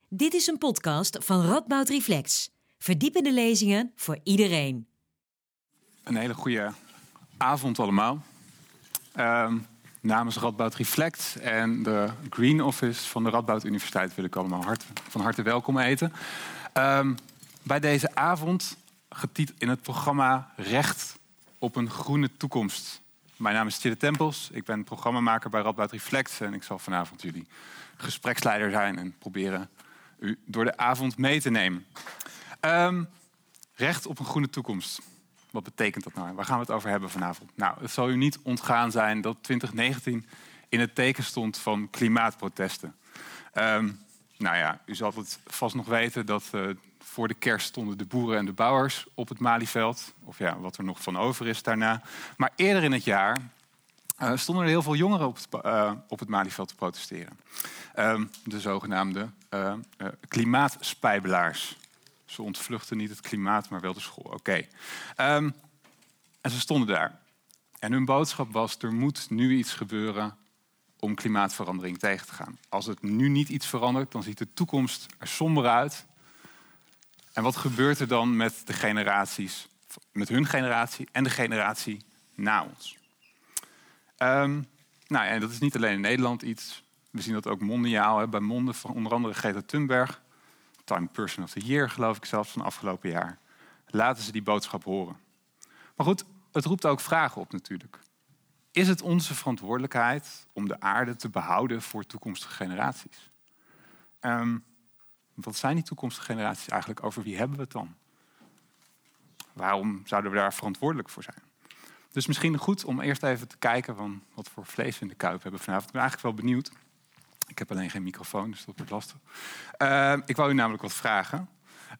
Dit is een podcast van Radboud Reflex. Verdiepende lezingen voor iedereen. Een hele goede avond allemaal. Namens Radboud Reflect en de Green Office van de Radboud Universiteit wil ik allemaal van harte welkom heten. Bij deze avond getiteld in het programma Recht op een groene toekomst. Mijn naam is Tjille Tempels, ik ben programmamaker bij Radboud Reflect en ik zal vanavond jullie gespreksleider zijn en proberen u door de avond mee te nemen. Recht op een groene toekomst. Wat betekent dat nou? Waar gaan we het over hebben vanavond? Nou, het zal u niet ontgaan zijn dat 2019 in het teken stond van klimaatprotesten. Nou ja, u zal het vast nog weten dat voor de kerst stonden de boeren en de bouwers op het Malieveld. Of ja, wat er nog van over is daarna. Maar eerder in het jaar stonden er heel veel jongeren op het Malieveld te protesteren. De zogenaamde klimaatspijbelaars. Ze ontvluchten niet het klimaat, maar wel de school. Oké. En ze stonden daar. En hun boodschap was, er moet nu iets gebeuren om klimaatverandering tegen te gaan. Als het nu niet iets verandert, dan ziet de toekomst er somber uit. En wat gebeurt er dan met de generaties, met hun generatie en de generatie na ons? Nou ja, dat is niet alleen in Nederland iets. We zien dat ook mondiaal. Bij monden van onder andere Greta Thunberg. Time Person of the Year, geloof ik zelfs, van afgelopen jaar. Laten ze die boodschap horen. Maar goed, het roept ook vragen op natuurlijk. Is het onze verantwoordelijkheid om de aarde te behouden voor toekomstige generaties? Wat zijn die toekomstige generaties eigenlijk? Over wie hebben we het dan? Waarom zouden we daar verantwoordelijk voor zijn? Dus misschien goed om eerst even te kijken van wat voor vlees we in de kuip hebben vanavond. Ik ben eigenlijk wel benieuwd. Ik heb alleen geen microfoon, dus dat wordt lastig. Ik wou u namelijk wat vragen.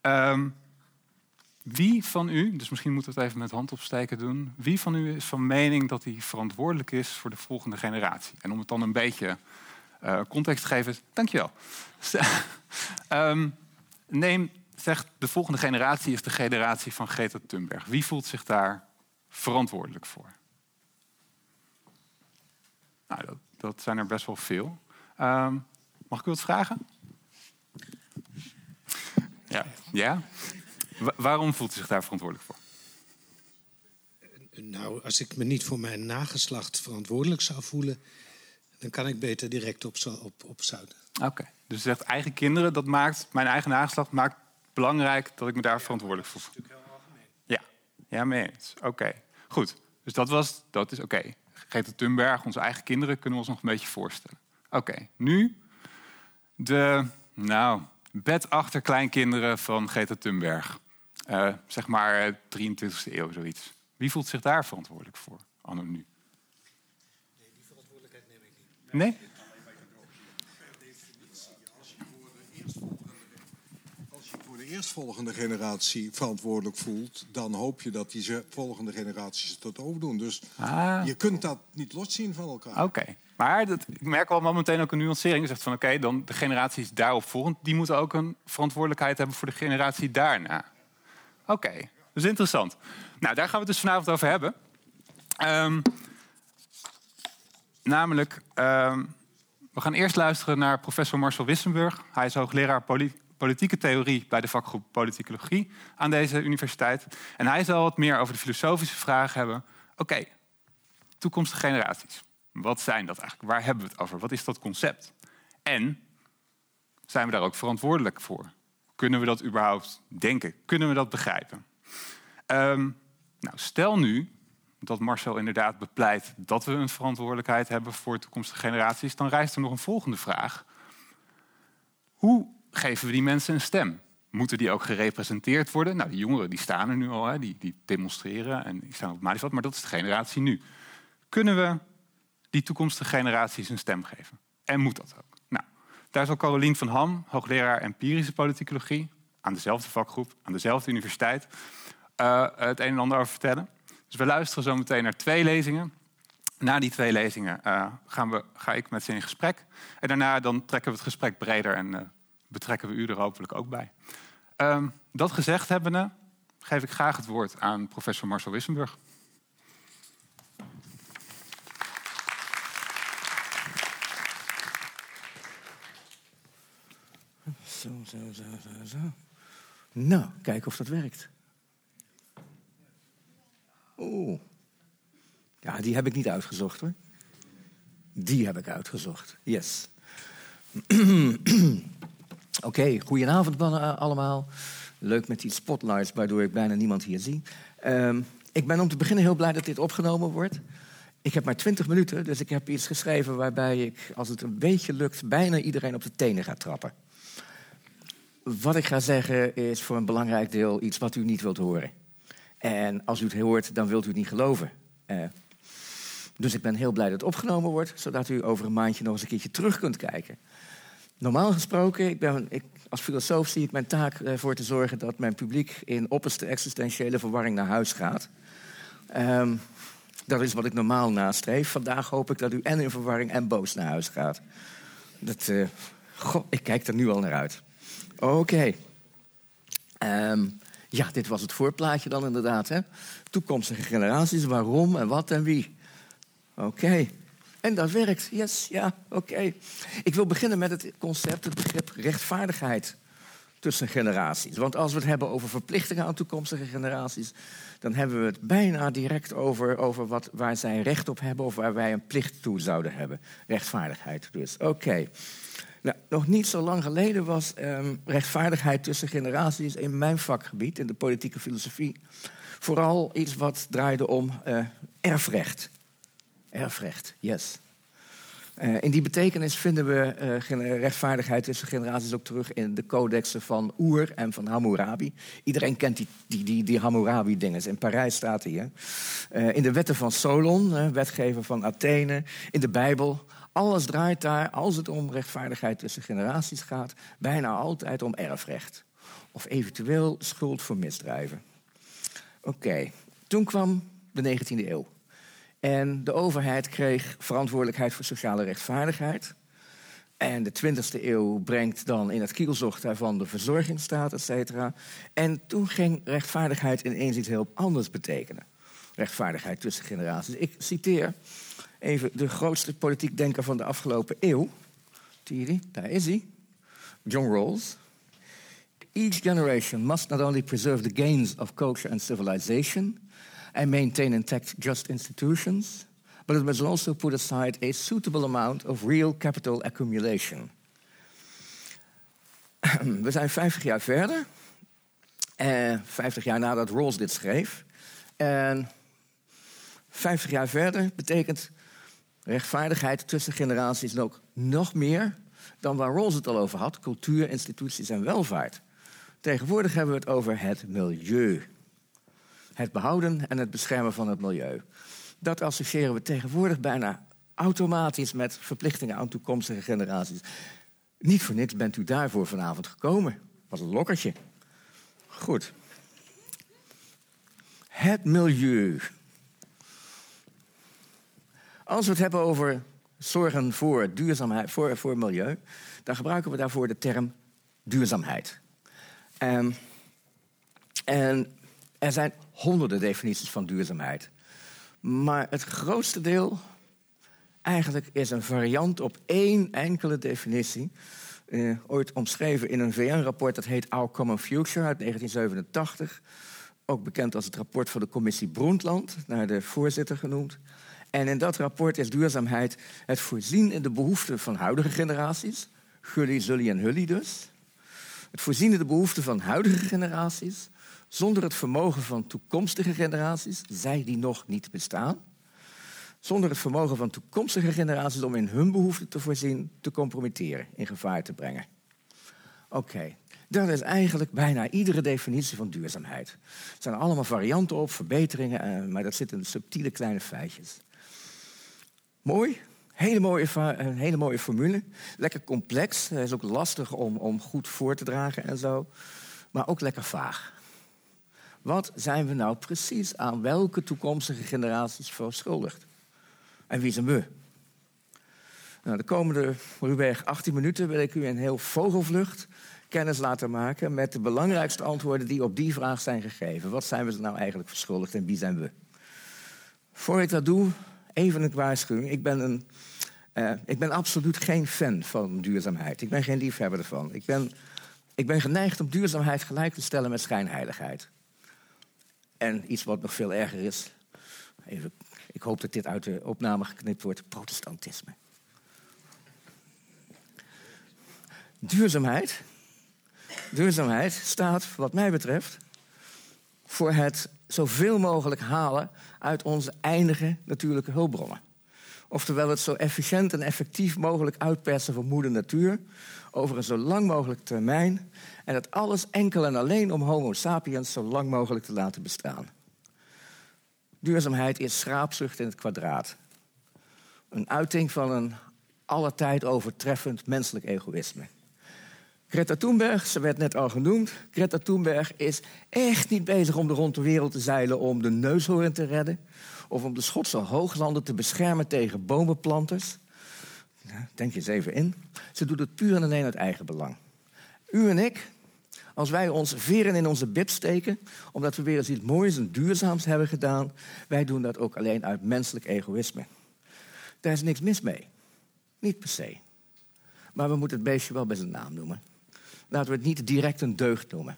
Wie van u, dus misschien moeten we het even met handopsteken doen. Wie van u is van mening dat hij verantwoordelijk is voor de volgende generatie? En om het dan een beetje context te geven, dankjewel. Zegt de volgende generatie is de generatie van Greta Thunberg. Wie voelt zich daar verantwoordelijk voor? Nou, dat zijn er best wel veel. Mag ik u wat vragen? Ja? Waarom voelt u zich daar verantwoordelijk voor? Nou, als ik me niet voor mijn nageslacht verantwoordelijk zou voelen, dan kan ik beter direct op zouten. Oké. Dus u zegt eigen kinderen, dat maakt mijn eigen nageslacht maakt belangrijk dat ik me daar verantwoordelijk voor voel. Dat is natuurlijk heel algemeen. Ja, mee eens. Oké. Goed. Dus dat is oké. Greta Thunberg, onze eigen kinderen, kunnen we ons nog een beetje voorstellen. Oké. Nu de bedachterkleinkinderen kleinkinderen van Greta Thunberg. Zeg maar 23e eeuw, zoiets. Wie voelt zich daar verantwoordelijk voor, anno nu? Nee, die verantwoordelijkheid neem ik niet. Nee? Als je voor de eerstvolgende generatie verantwoordelijk voelt, dan hoop je dat die volgende generaties het tot overdoen. Dus je kunt dat niet loszien van elkaar. Oké. Maar ik merk wel meteen ook een nuancering. Je zegt van oké, dan de generaties daarop volgend, die moeten ook een verantwoordelijkheid hebben voor de generatie daarna. Oké, dat is interessant. Nou, daar gaan we het dus vanavond over hebben. We gaan eerst luisteren naar professor Marcel Wissenburg. Hij is hoogleraar politieke theorie bij de vakgroep Politicologie aan deze universiteit. En hij zal wat meer over de filosofische vraag hebben. Oké, toekomstige generaties. Wat zijn dat eigenlijk? Waar hebben we het over? Wat is dat concept? En zijn we daar ook verantwoordelijk voor? Kunnen we dat überhaupt denken? Kunnen we dat begrijpen? Stel nu dat Marcel inderdaad bepleit dat we een verantwoordelijkheid hebben voor toekomstige generaties, dan rijst er nog een volgende vraag. Hoe geven we die mensen een stem? Moeten die ook gerepresenteerd worden? Nou, die jongeren die staan er nu al, hè, die demonstreren en die staan op het Malieveld, maar dat is de generatie nu. Kunnen we die toekomstige generaties een stem geven? En moet dat ook? Nou, daar zal Carolien van Ham, hoogleraar empirische politicologie, aan dezelfde vakgroep, aan dezelfde universiteit, het een en ander over vertellen. Dus we luisteren zo meteen naar 2 lezingen. Na die 2 lezingen ga ik met ze in gesprek. En daarna dan trekken we het gesprek breder en betrekken we u er hopelijk ook bij. Dat gezegd hebbende, geef ik graag het woord aan professor Marcel Wissenburg. Zo. Nou, kijken of dat werkt. Oeh. Ja, die heb ik niet uitgezocht, hoor. Die heb ik uitgezocht, yes. Oké, goedenavond allemaal. Leuk met die spotlights, waardoor ik bijna niemand hier zie. Ik ben om te beginnen heel blij dat dit opgenomen wordt. Ik heb maar 20 minuten, dus ik heb iets geschreven waarbij ik, als het een beetje lukt, bijna iedereen op de tenen ga trappen. Wat ik ga zeggen is voor een belangrijk deel iets wat u niet wilt horen. En als u het hoort, dan wilt u het niet geloven. Dus ik ben heel blij dat het opgenomen wordt, zodat u over een maandje nog eens een keertje terug kunt kijken. Normaal gesproken, als filosoof zie ik mijn taak ervoor te zorgen dat mijn publiek in opperste existentiële verwarring naar huis gaat. Dat is wat ik normaal nastreef. Vandaag hoop ik dat u en in verwarring en boos naar huis gaat. Ik kijk er nu al naar uit. Oké. Ja, dit was het voorplaatje dan inderdaad. Hè? Toekomstige generaties, waarom en wat en wie. Oké. En dat werkt. Yes, ja, oké. Ik wil beginnen met het concept, het begrip rechtvaardigheid tussen generaties. Want als we het hebben over verplichtingen aan toekomstige generaties, dan hebben we het bijna direct over waar zij recht op hebben of waar wij een plicht toe zouden hebben. Rechtvaardigheid dus. Oké. Nou, nog niet zo lang geleden was rechtvaardigheid tussen generaties in mijn vakgebied, in de politieke filosofie, vooral iets wat draaide om erfrecht. Erfrecht, yes. In die betekenis vinden we rechtvaardigheid tussen generaties ook terug in de codexen van Ur en van Hammurabi. Iedereen kent die Hammurabi-dingen. In Parijs staat hij. In de wetten van Solon, wetgever van Athene, in de Bijbel. Alles draait daar, als het om rechtvaardigheid tussen generaties gaat, bijna altijd om erfrecht. Of eventueel schuld voor misdrijven. Oké, toen kwam de 19e eeuw. En de overheid kreeg verantwoordelijkheid voor sociale rechtvaardigheid. En de 20e eeuw brengt dan in het kielzocht daarvan de verzorgingsstaat, et cetera. En toen ging rechtvaardigheid ineens iets heel anders betekenen. Rechtvaardigheid tussen generaties. Ik citeer even de grootste politiek denker van de afgelopen eeuw. Daar is hij. John Rawls. Each generation must not only preserve the gains of culture and civilization and maintain intact just institutions, but it must also put aside a suitable amount of real capital accumulation. We zijn 50 jaar verder. 50 jaar nadat Rawls dit schreef. En 50 jaar verder betekent rechtvaardigheid tussen generaties ook nog meer dan waar Rawls het al over had. Cultuur, instituties en welvaart. Tegenwoordig hebben we het over het milieu. Het behouden en het beschermen van het milieu. Dat associëren we tegenwoordig bijna automatisch met verplichtingen aan toekomstige generaties. Niet voor niks bent u daarvoor vanavond gekomen. Wat een lokkertje. Goed. Het milieu. Als we het hebben over zorgen voor duurzaamheid, voor milieu, dan gebruiken we daarvoor de term duurzaamheid. En er zijn honderden definities van duurzaamheid. Maar het grootste deel eigenlijk is een variant op één enkele definitie. Ooit omschreven in een VN-rapport, dat heet Our Common Future uit 1987. Ook bekend als het rapport van de commissie Brundtland, naar de voorzitter genoemd. En in dat rapport is duurzaamheid het voorzien in de behoeften van huidige generaties. Gully, zully en hully dus. Het voorzien in de behoeften van huidige generaties, zonder het vermogen van toekomstige generaties, zij die nog niet bestaan. Zonder het vermogen van toekomstige generaties om in hun behoeften te voorzien, te compromitteren, in gevaar te brengen. Oké, dat is eigenlijk bijna iedere definitie van duurzaamheid. Er zijn allemaal varianten op, verbeteringen, maar dat zit in subtiele kleine feitjes. Mooi. Een hele mooie formule. Lekker complex. Het is ook lastig om goed voor te dragen en zo. Maar ook lekker vaag. Wat zijn we nou precies aan welke toekomstige generaties verschuldigd? En wie zijn we? Nou, de komende ruwweg 18 minuten wil ik u een heel vogelvlucht kennis laten maken met de belangrijkste antwoorden die op die vraag zijn gegeven. Wat zijn we nou eigenlijk verschuldigd en wie zijn we? Voor ik dat doe, even een waarschuwing. Ik ben absoluut geen fan van duurzaamheid. Ik ben geen liefhebber ervan. Ik ben Ik ben geneigd om duurzaamheid gelijk te stellen met schijnheiligheid. En iets wat nog veel erger is, ik hoop dat dit uit de opname geknipt wordt, protestantisme. Duurzaamheid staat, wat mij betreft, voor het zoveel mogelijk halen uit onze eindige natuurlijke hulpbronnen. Oftewel het zo efficiënt en effectief mogelijk uitpersen van moeder natuur over een zo lang mogelijk termijn en dat alles enkel en alleen om Homo sapiens zo lang mogelijk te laten bestaan. Duurzaamheid is schraapzucht in het kwadraat. Een uiting van een alle tijd overtreffend menselijk egoïsme. Greta Thunberg, ze werd net al genoemd. Greta Thunberg is echt niet bezig om de rond de wereld te zeilen om de neushoorn te redden. Of om de Schotse hooglanden te beschermen tegen bomenplanters. Denk je eens even in. Ze doet het puur en alleen uit eigen belang. U en ik, als wij ons veren in onze bib steken, omdat we weer eens iets moois en duurzaams hebben gedaan, wij doen dat ook alleen uit menselijk egoïsme. Daar is niks mis mee. Niet per se. Maar we moeten het beestje wel bij zijn naam noemen. Laten we het niet direct een deugd noemen.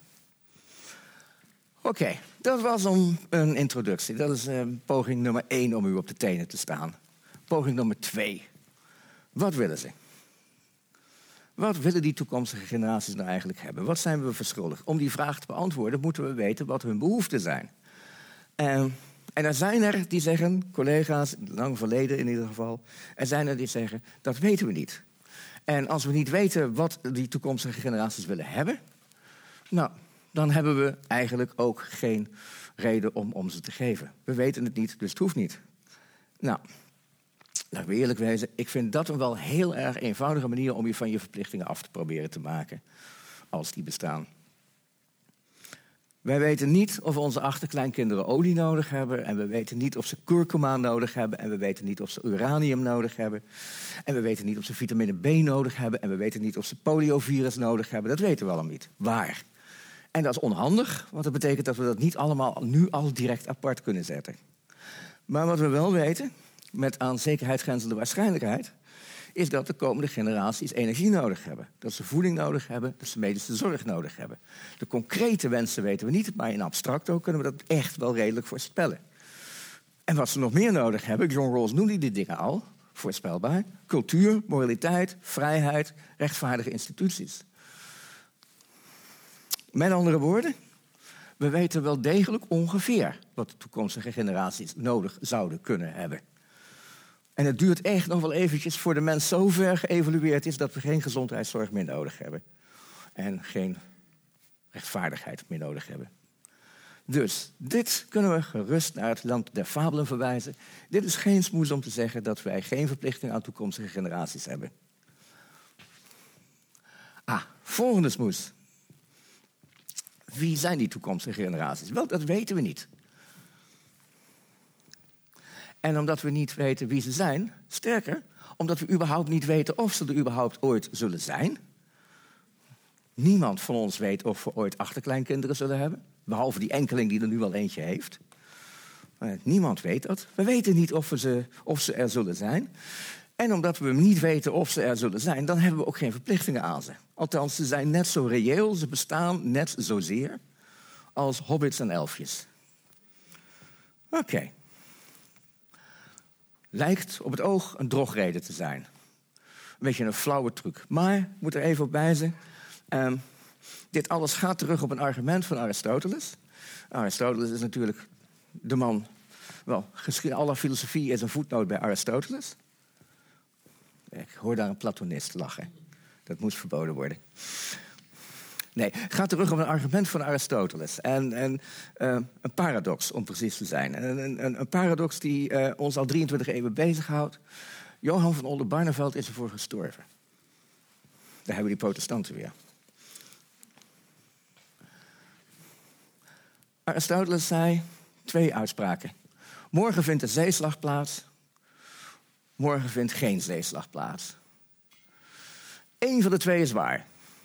Oké, dat was een introductie. Dat is poging nummer 1 om u op de tenen te staan. Poging nummer 2. Wat willen ze? Wat willen die toekomstige generaties nou eigenlijk hebben? Wat zijn we verschuldigd? Om die vraag te beantwoorden moeten we weten wat hun behoeften zijn. En er zijn er die zeggen, collega's, lang verleden in ieder geval, er zijn er die zeggen, dat weten we niet. En als we niet weten wat die toekomstige generaties willen hebben, nou, dan hebben we eigenlijk ook geen reden om ze te geven. We weten het niet, dus het hoeft niet. Nou, laten we eerlijk wezen, ik vind dat een wel heel erg eenvoudige manier om je van je verplichtingen af te proberen te maken, als die bestaan. Wij weten niet of onze achterkleinkinderen olie nodig hebben. En we weten niet of ze kurkuma nodig hebben. En we weten niet of ze uranium nodig hebben. En we weten niet of ze vitamine B nodig hebben. En we weten niet of ze poliovirus nodig hebben. Dat weten we allemaal niet. Waar? En dat is onhandig, want dat betekent dat we dat niet allemaal nu al direct apart kunnen zetten. Maar wat we wel weten, met aan zekerheid grenzende waarschijnlijkheid, is dat de komende generaties energie nodig hebben. Dat ze voeding nodig hebben, dat ze medische zorg nodig hebben. De concrete wensen weten we niet, maar in abstracto kunnen we dat echt wel redelijk voorspellen. En wat ze nog meer nodig hebben, John Rawls noemde die dingen al, voorspelbaar: cultuur, moraliteit, vrijheid, rechtvaardige instituties. Met andere woorden, we weten wel degelijk ongeveer wat de toekomstige generaties nodig zouden kunnen hebben. En het duurt echt nog wel eventjes voor de mens zo ver geëvolueerd is dat we geen gezondheidszorg meer nodig hebben. En geen rechtvaardigheid meer nodig hebben. Dus dit kunnen we gerust naar het land der fabelen verwijzen. Dit is geen smoes om te zeggen dat wij geen verplichting aan toekomstige generaties hebben. Volgende smoes. Wie zijn die toekomstige generaties? Wel, dat weten we niet. En omdat we niet weten wie ze zijn, sterker, omdat we überhaupt niet weten of ze er überhaupt ooit zullen zijn. Niemand van ons weet of we ooit achterkleinkinderen zullen hebben, behalve die enkeling die er nu al eentje heeft. Niemand weet dat. We weten niet of ze er zullen zijn. En omdat we niet weten of ze er zullen zijn, dan hebben we ook geen verplichtingen aan ze. Althans, ze zijn net zo reëel, ze bestaan net zozeer als hobbits en elfjes. Oké. Lijkt op het oog een drogreden te zijn. Een beetje een flauwe truc. Maar, ik moet er even op wijzen. Dit alles gaat terug op een argument van Aristoteles. Aristoteles is natuurlijk de man. Wel, alle filosofie is een voetnoot bij Aristoteles. Ik hoor daar een Platonist lachen. Dat moest verboden worden. Nee, het gaat terug op een argument van Aristoteles. En een paradox, om precies te zijn. Een paradox die ons al 23 eeuwen bezighoudt. Johan van Oldenbarneveld is ervoor gestorven. Daar hebben die protestanten weer. Aristoteles zei 2 uitspraken. Morgen vindt de zeeslag plaats. Morgen vindt geen zeeslag plaats. 1 van de 2 is waar.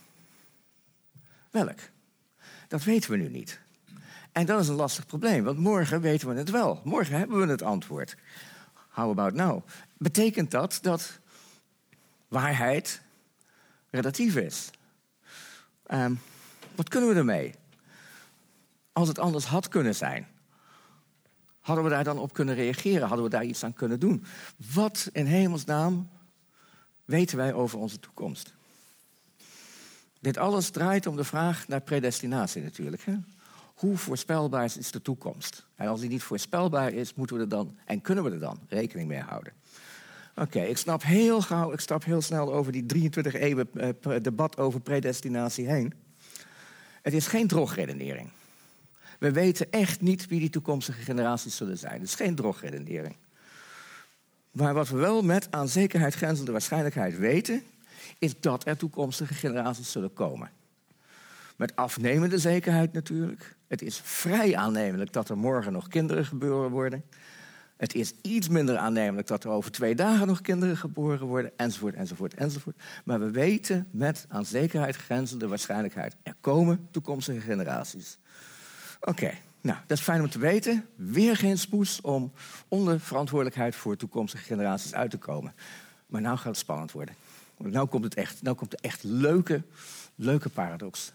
Welk? Dat weten we nu niet. En dat is een lastig probleem, want morgen weten we het wel. Morgen hebben we het antwoord. How about now? Betekent dat waarheid relatief is? Wat kunnen we ermee? Als het anders had kunnen zijn, hadden we daar dan op kunnen reageren? Hadden we daar iets aan kunnen doen? Wat in hemelsnaam weten wij over onze toekomst? Dit alles draait om de vraag naar predestinatie natuurlijk. Hè? Hoe voorspelbaar is de toekomst? En als die niet voorspelbaar is, moeten we er dan en kunnen we er dan rekening mee houden? Oké, ik stap heel snel over die 23 eeuwen debat over predestinatie heen. Het is geen drogredenering. We weten echt niet wie die toekomstige generaties zullen zijn. Het is geen drogredenering. Maar wat we wel met aan zekerheid grenzende waarschijnlijkheid weten, is dat er toekomstige generaties zullen komen. Met afnemende zekerheid natuurlijk. Het is vrij aannemelijk dat er morgen nog kinderen geboren worden. Het is iets minder aannemelijk dat er over 2 dagen nog kinderen geboren worden, enzovoort, enzovoort, enzovoort. Maar we weten met aan zekerheid grenzende waarschijnlijkheid, er komen toekomstige generaties. Oké, nou, dat is fijn om te weten. Weer geen spoes om onder verantwoordelijkheid voor toekomstige generaties uit te komen. Maar nou gaat het spannend worden. Nou komt de echt leuke paradox.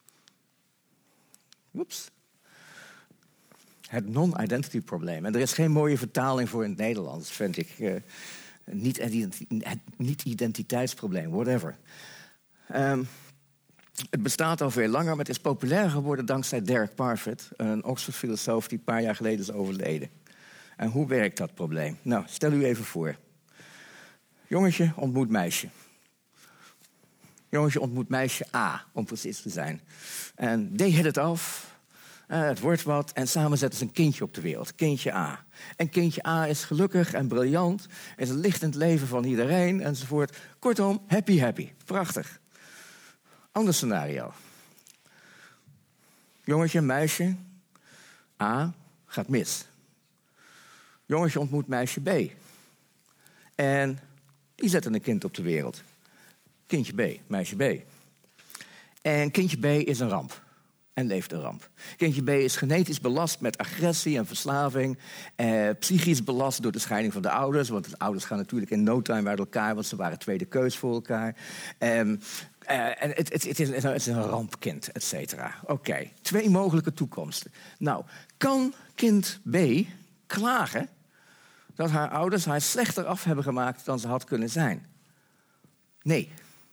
Oeps. Het non-identity probleem. En er is geen mooie vertaling voor in het Nederlands, vind ik. Niet-identiteitsprobleem, whatever. Het bestaat al veel langer, maar het is populair geworden dankzij Derek Parfit, een Oxford-filosoof die een paar jaar geleden is overleden. En hoe werkt dat probleem? Nou, stel u even voor. Jongetje ontmoet meisje. Jongetje ontmoet meisje A, om precies te zijn. En they hit it off. Het wordt wat en samen zetten ze een kindje op de wereld. Kindje A. En kindje A is gelukkig en briljant. Is een licht in het leven van iedereen enzovoort. Kortom, happy. Prachtig. Ander scenario. Jongetje, meisje. A gaat mis. Jongetje ontmoet meisje B. En die zetten een kind op de wereld. Kindje B, meisje B. En kindje B is een ramp. En leeft een ramp. Kindje B is genetisch belast met agressie en verslaving. Psychisch belast door de scheiding van de ouders. Want de ouders gaan natuurlijk in no time uit elkaar. Want ze waren tweede keus voor elkaar. En het is een rampkind, et cetera. Oké, 2 mogelijke toekomsten. Nou, kan kind B klagen dat haar ouders haar slechter af hebben gemaakt dan ze had kunnen zijn? Nee.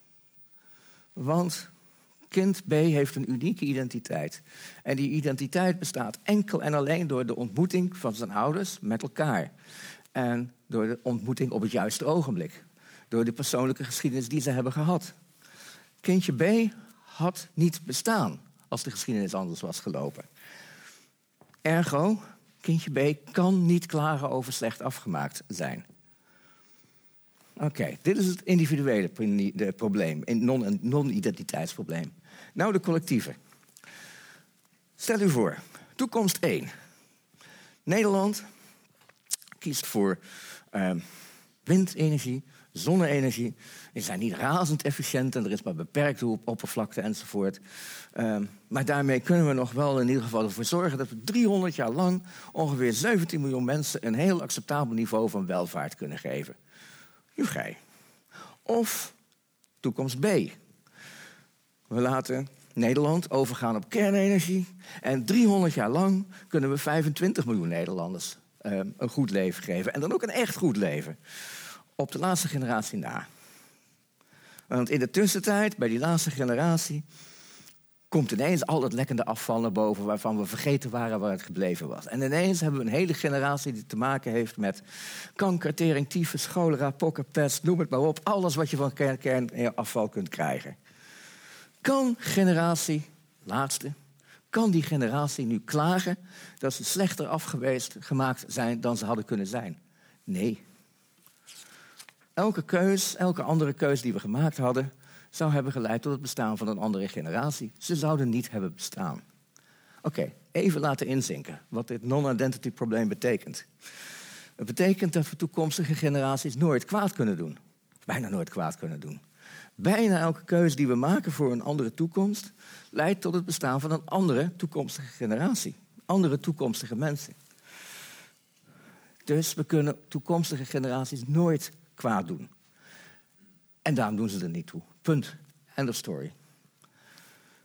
Want kind B heeft een unieke identiteit. En die identiteit bestaat enkel en alleen door de ontmoeting van zijn ouders met elkaar. En door de ontmoeting op het juiste ogenblik. Door de persoonlijke geschiedenis die ze hebben gehad. Kindje B had niet bestaan als de geschiedenis anders was gelopen. Ergo, kindje B kan niet klagen over slecht afgemaakt zijn. Oké, dit is het individuele probleem, een non-identiteitsprobleem. Nou, de collectieve. Stel u voor, toekomst 1. Nederland kiest voor windenergie, zonne-energie. Die zijn niet razend efficiënt en er is maar beperkte oppervlakte enzovoort. Maar daarmee kunnen we nog wel in ieder geval ervoor zorgen dat we 300 jaar lang ongeveer 17 miljoen mensen een heel acceptabel niveau van welvaart kunnen geven. Juchij. Of toekomst B. We laten Nederland overgaan op kernenergie. En 300 jaar lang kunnen we 25 miljoen Nederlanders een goed leven geven. En dan ook een echt goed leven. Op de laatste generatie na. Want in de tussentijd, bij die laatste generatie, komt ineens al dat lekkende afval naar boven waarvan we vergeten waren waar het gebleven was. En ineens hebben we een hele generatie die te maken heeft met kanker, tering, tyfus, cholera, pokken, pest, noem het maar op. Alles wat je van kernafval kunt krijgen. Kan die generatie nu klagen dat ze slechter afgemaakt zijn dan ze hadden kunnen zijn? Nee. Elke andere keus die we gemaakt hadden, zou hebben geleid tot het bestaan van een andere generatie. Ze zouden niet hebben bestaan. Oké, even laten inzinken wat dit non-identity probleem betekent. Het betekent dat we toekomstige generaties nooit kwaad kunnen doen. Bijna nooit kwaad kunnen doen. Bijna elke keuze die we maken voor een andere toekomst leidt tot het bestaan van een andere toekomstige generatie. Andere toekomstige mensen. Dus we kunnen toekomstige generaties nooit kwaad doen. En daarom doen ze er niet toe. Punt. End of story.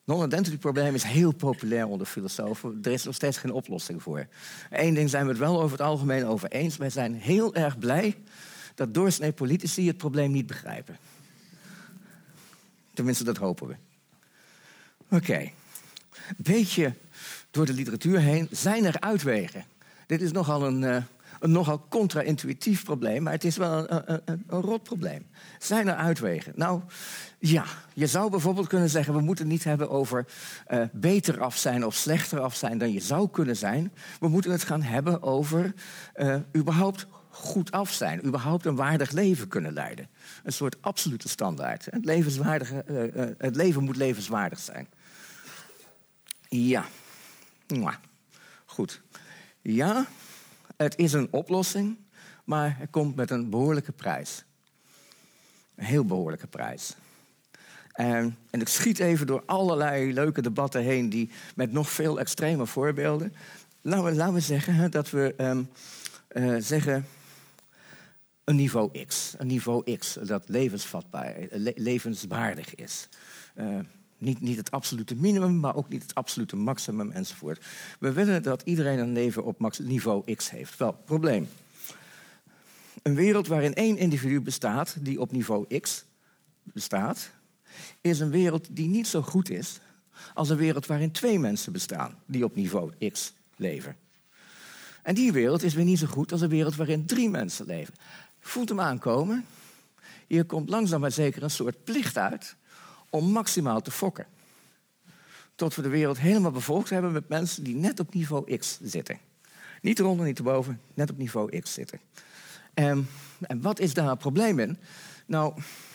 Non-identity probleem is heel populair onder filosofen. Er is nog steeds geen oplossing voor. Eén ding zijn we het wel over het algemeen over eens. Wij zijn heel erg blij dat doorsnee politici het probleem niet begrijpen. Tenminste, dat hopen we. Oké. Een beetje door de literatuur heen zijn er uitwegen. Dit is nogal een nogal contra-intuïtief probleem, maar het is wel een rot probleem. Zijn er uitwegen? Nou, ja. Je zou bijvoorbeeld kunnen zeggen, we moeten het niet hebben over beter af zijn of slechter af zijn dan je zou kunnen zijn. We moeten het gaan hebben over überhaupt goed af zijn. Überhaupt een waardig leven kunnen leiden. Een soort absolute standaard. Het leven moet levenswaardig zijn. Ja. Goed. Ja, het is een oplossing, maar het komt met een behoorlijke prijs. Een heel behoorlijke prijs. En ik schiet even door allerlei leuke debatten heen die met nog veel extreme voorbeelden. Laten we zeggen dat we zeggen een niveau X. Een niveau X dat levenswaardig is. Niet het absolute minimum, maar ook niet het absolute maximum enzovoort. We willen dat iedereen een leven op niveau X heeft. Wel, probleem. Een wereld waarin één individu bestaat die op niveau X bestaat, is een wereld die niet zo goed is als een wereld waarin 2 mensen bestaan die op niveau X leven. En die wereld is weer niet zo goed als een wereld waarin 3 mensen leven. Voelt hem aankomen. Hier komt langzaam maar zeker een soort plicht uit om maximaal te fokken. Tot we de wereld helemaal bevolkt hebben met mensen die net op niveau X zitten. Niet eronder, niet erboven, net op niveau X zitten. En wat is daar het probleem in? Nou,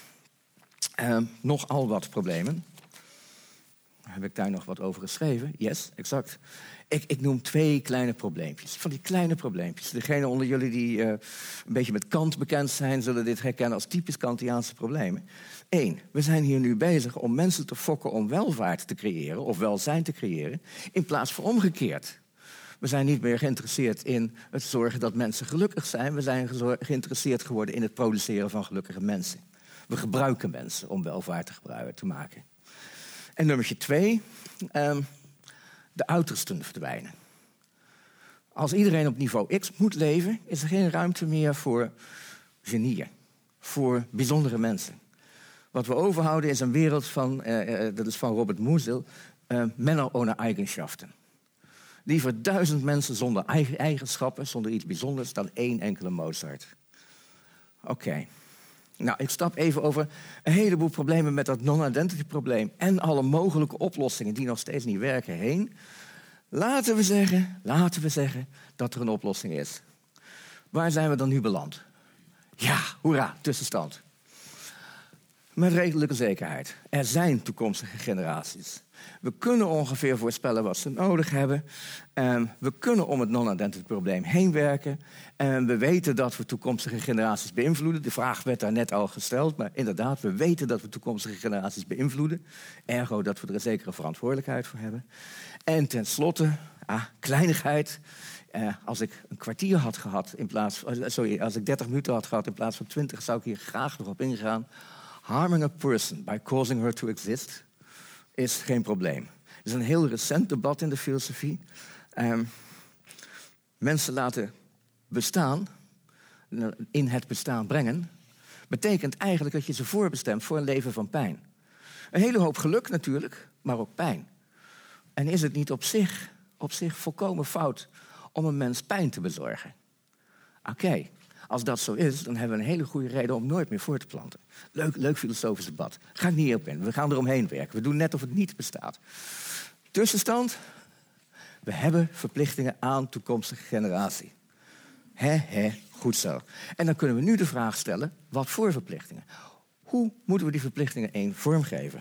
nogal wat problemen. Heb ik daar nog wat over geschreven? Yes, exact. Ik noem 2 kleine probleempjes. Van die kleine probleempjes. Degenen onder jullie die een beetje met Kant bekend zijn, zullen dit herkennen als typisch Kantiaanse problemen. 1. We zijn hier nu bezig om mensen te fokken om welvaart te creëren, of welzijn te creëren, in plaats van omgekeerd. We zijn niet meer geïnteresseerd in het zorgen dat mensen gelukkig zijn. We zijn geïnteresseerd geworden in het produceren van gelukkige mensen. We gebruiken mensen om welvaart te maken. En nummertje 2, de uitersten verdwijnen. Als iedereen op niveau X moet leven, is er geen ruimte meer voor genieën, voor bijzondere mensen. Wat we overhouden is een wereld van, dat is van Robert Musil, Männer ohne Eigenschaften. Liever 1000 mensen zonder eigenschappen, zonder iets bijzonders, dan 1 enkele Mozart. Oké. Nou, ik stap even over een heleboel problemen met dat non-identity probleem en alle mogelijke oplossingen die nog steeds niet werken heen. Laten we zeggen dat er een oplossing is. Waar zijn we dan nu beland? Ja, hoera, tussenstand. Met redelijke zekerheid. Er zijn toekomstige generaties. We kunnen ongeveer voorspellen wat ze nodig hebben. We kunnen om het non-identity probleem heen werken. We weten dat we toekomstige generaties beïnvloeden. De vraag werd daar net al gesteld. Maar inderdaad, we weten dat we toekomstige generaties beïnvloeden. Ergo dat we er een zekere verantwoordelijkheid voor hebben. En tenslotte, kleinigheid. Als ik een kwartier had gehad als ik 30 minuten had gehad in plaats van 20, zou ik hier graag nog op ingaan. Harming a person by causing her to exist is geen probleem. Er is een heel recent debat in de filosofie. Mensen laten bestaan, in het bestaan brengen, betekent eigenlijk dat je ze voorbestemt voor een leven van pijn. Een hele hoop geluk natuurlijk, maar ook pijn. En is het niet op zich volkomen fout om een mens pijn te bezorgen? Oké. Als dat zo is, dan hebben we een hele goede reden om nooit meer voor te planten. Leuk filosofisch debat. Ga ik niet op in. We gaan eromheen werken. We doen net of het niet bestaat. Tussenstand. We hebben verplichtingen aan toekomstige generatie. Goed zo. En dan kunnen we nu de vraag stellen, wat voor verplichtingen? Hoe moeten we die verplichtingen vormgeven?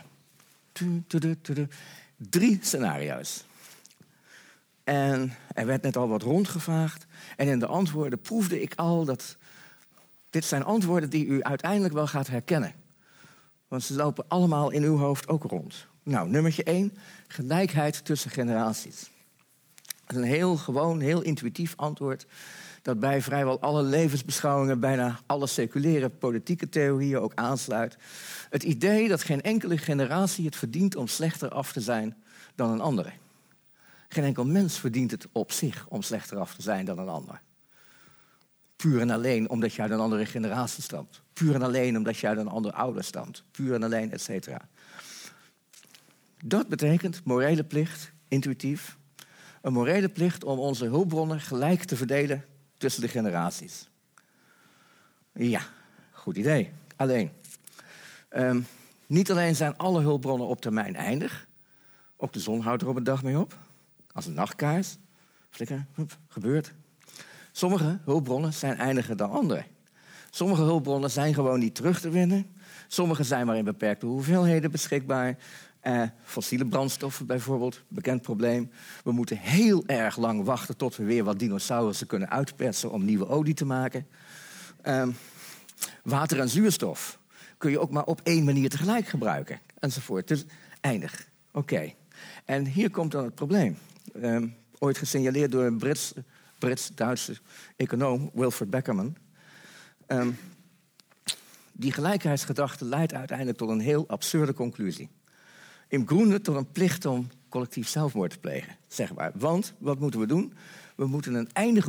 3 scenario's. En er werd net al wat rondgevraagd. En in de antwoorden proefde ik al dat dit zijn antwoorden die u uiteindelijk wel gaat herkennen. Want ze lopen allemaal in uw hoofd ook rond. Nou, nummertje 1, gelijkheid tussen generaties. Dat is een heel gewoon, heel intuïtief antwoord. dat bij vrijwel alle levensbeschouwingen, bijna alle seculiere politieke theorieën ook aansluit. Het idee dat geen enkele generatie het verdient om slechter af te zijn dan een andere. Geen enkel mens verdient het op zich om slechter af te zijn dan een ander. Puur en alleen omdat je uit een andere generatie stamt. Puur en alleen omdat je uit een andere ouder stamt. Puur en alleen, et cetera. Dat betekent morele plicht, intuïtief. Een morele plicht om onze hulpbronnen gelijk te verdelen tussen de generaties. Ja, goed idee. Alleen, niet alleen zijn alle hulpbronnen op termijn eindig. Ook de zon houdt er op een dag mee op. Als een nachtkaars. Flikker, gebeurt. Sommige hulpbronnen zijn eindiger dan andere. Sommige hulpbronnen zijn gewoon niet terug te winnen. Sommige zijn maar in beperkte hoeveelheden beschikbaar. Fossiele brandstoffen bijvoorbeeld, bekend probleem. We moeten heel erg lang wachten tot we weer wat dinosaurussen kunnen uitpersen om nieuwe olie te maken. Water en zuurstof kun je ook maar op één manier tegelijk gebruiken. Enzovoort. Dus eindig. Oké. En hier komt dan het probleem. Ooit gesignaleerd door een Brits-Duitse econoom, Wilfred Beckerman. Die gelijkheidsgedachte leidt uiteindelijk tot een heel absurde conclusie. Im Grunde tot een plicht om collectief zelfmoord te plegen, zeg maar. Want, wat moeten we doen? We moeten een eindige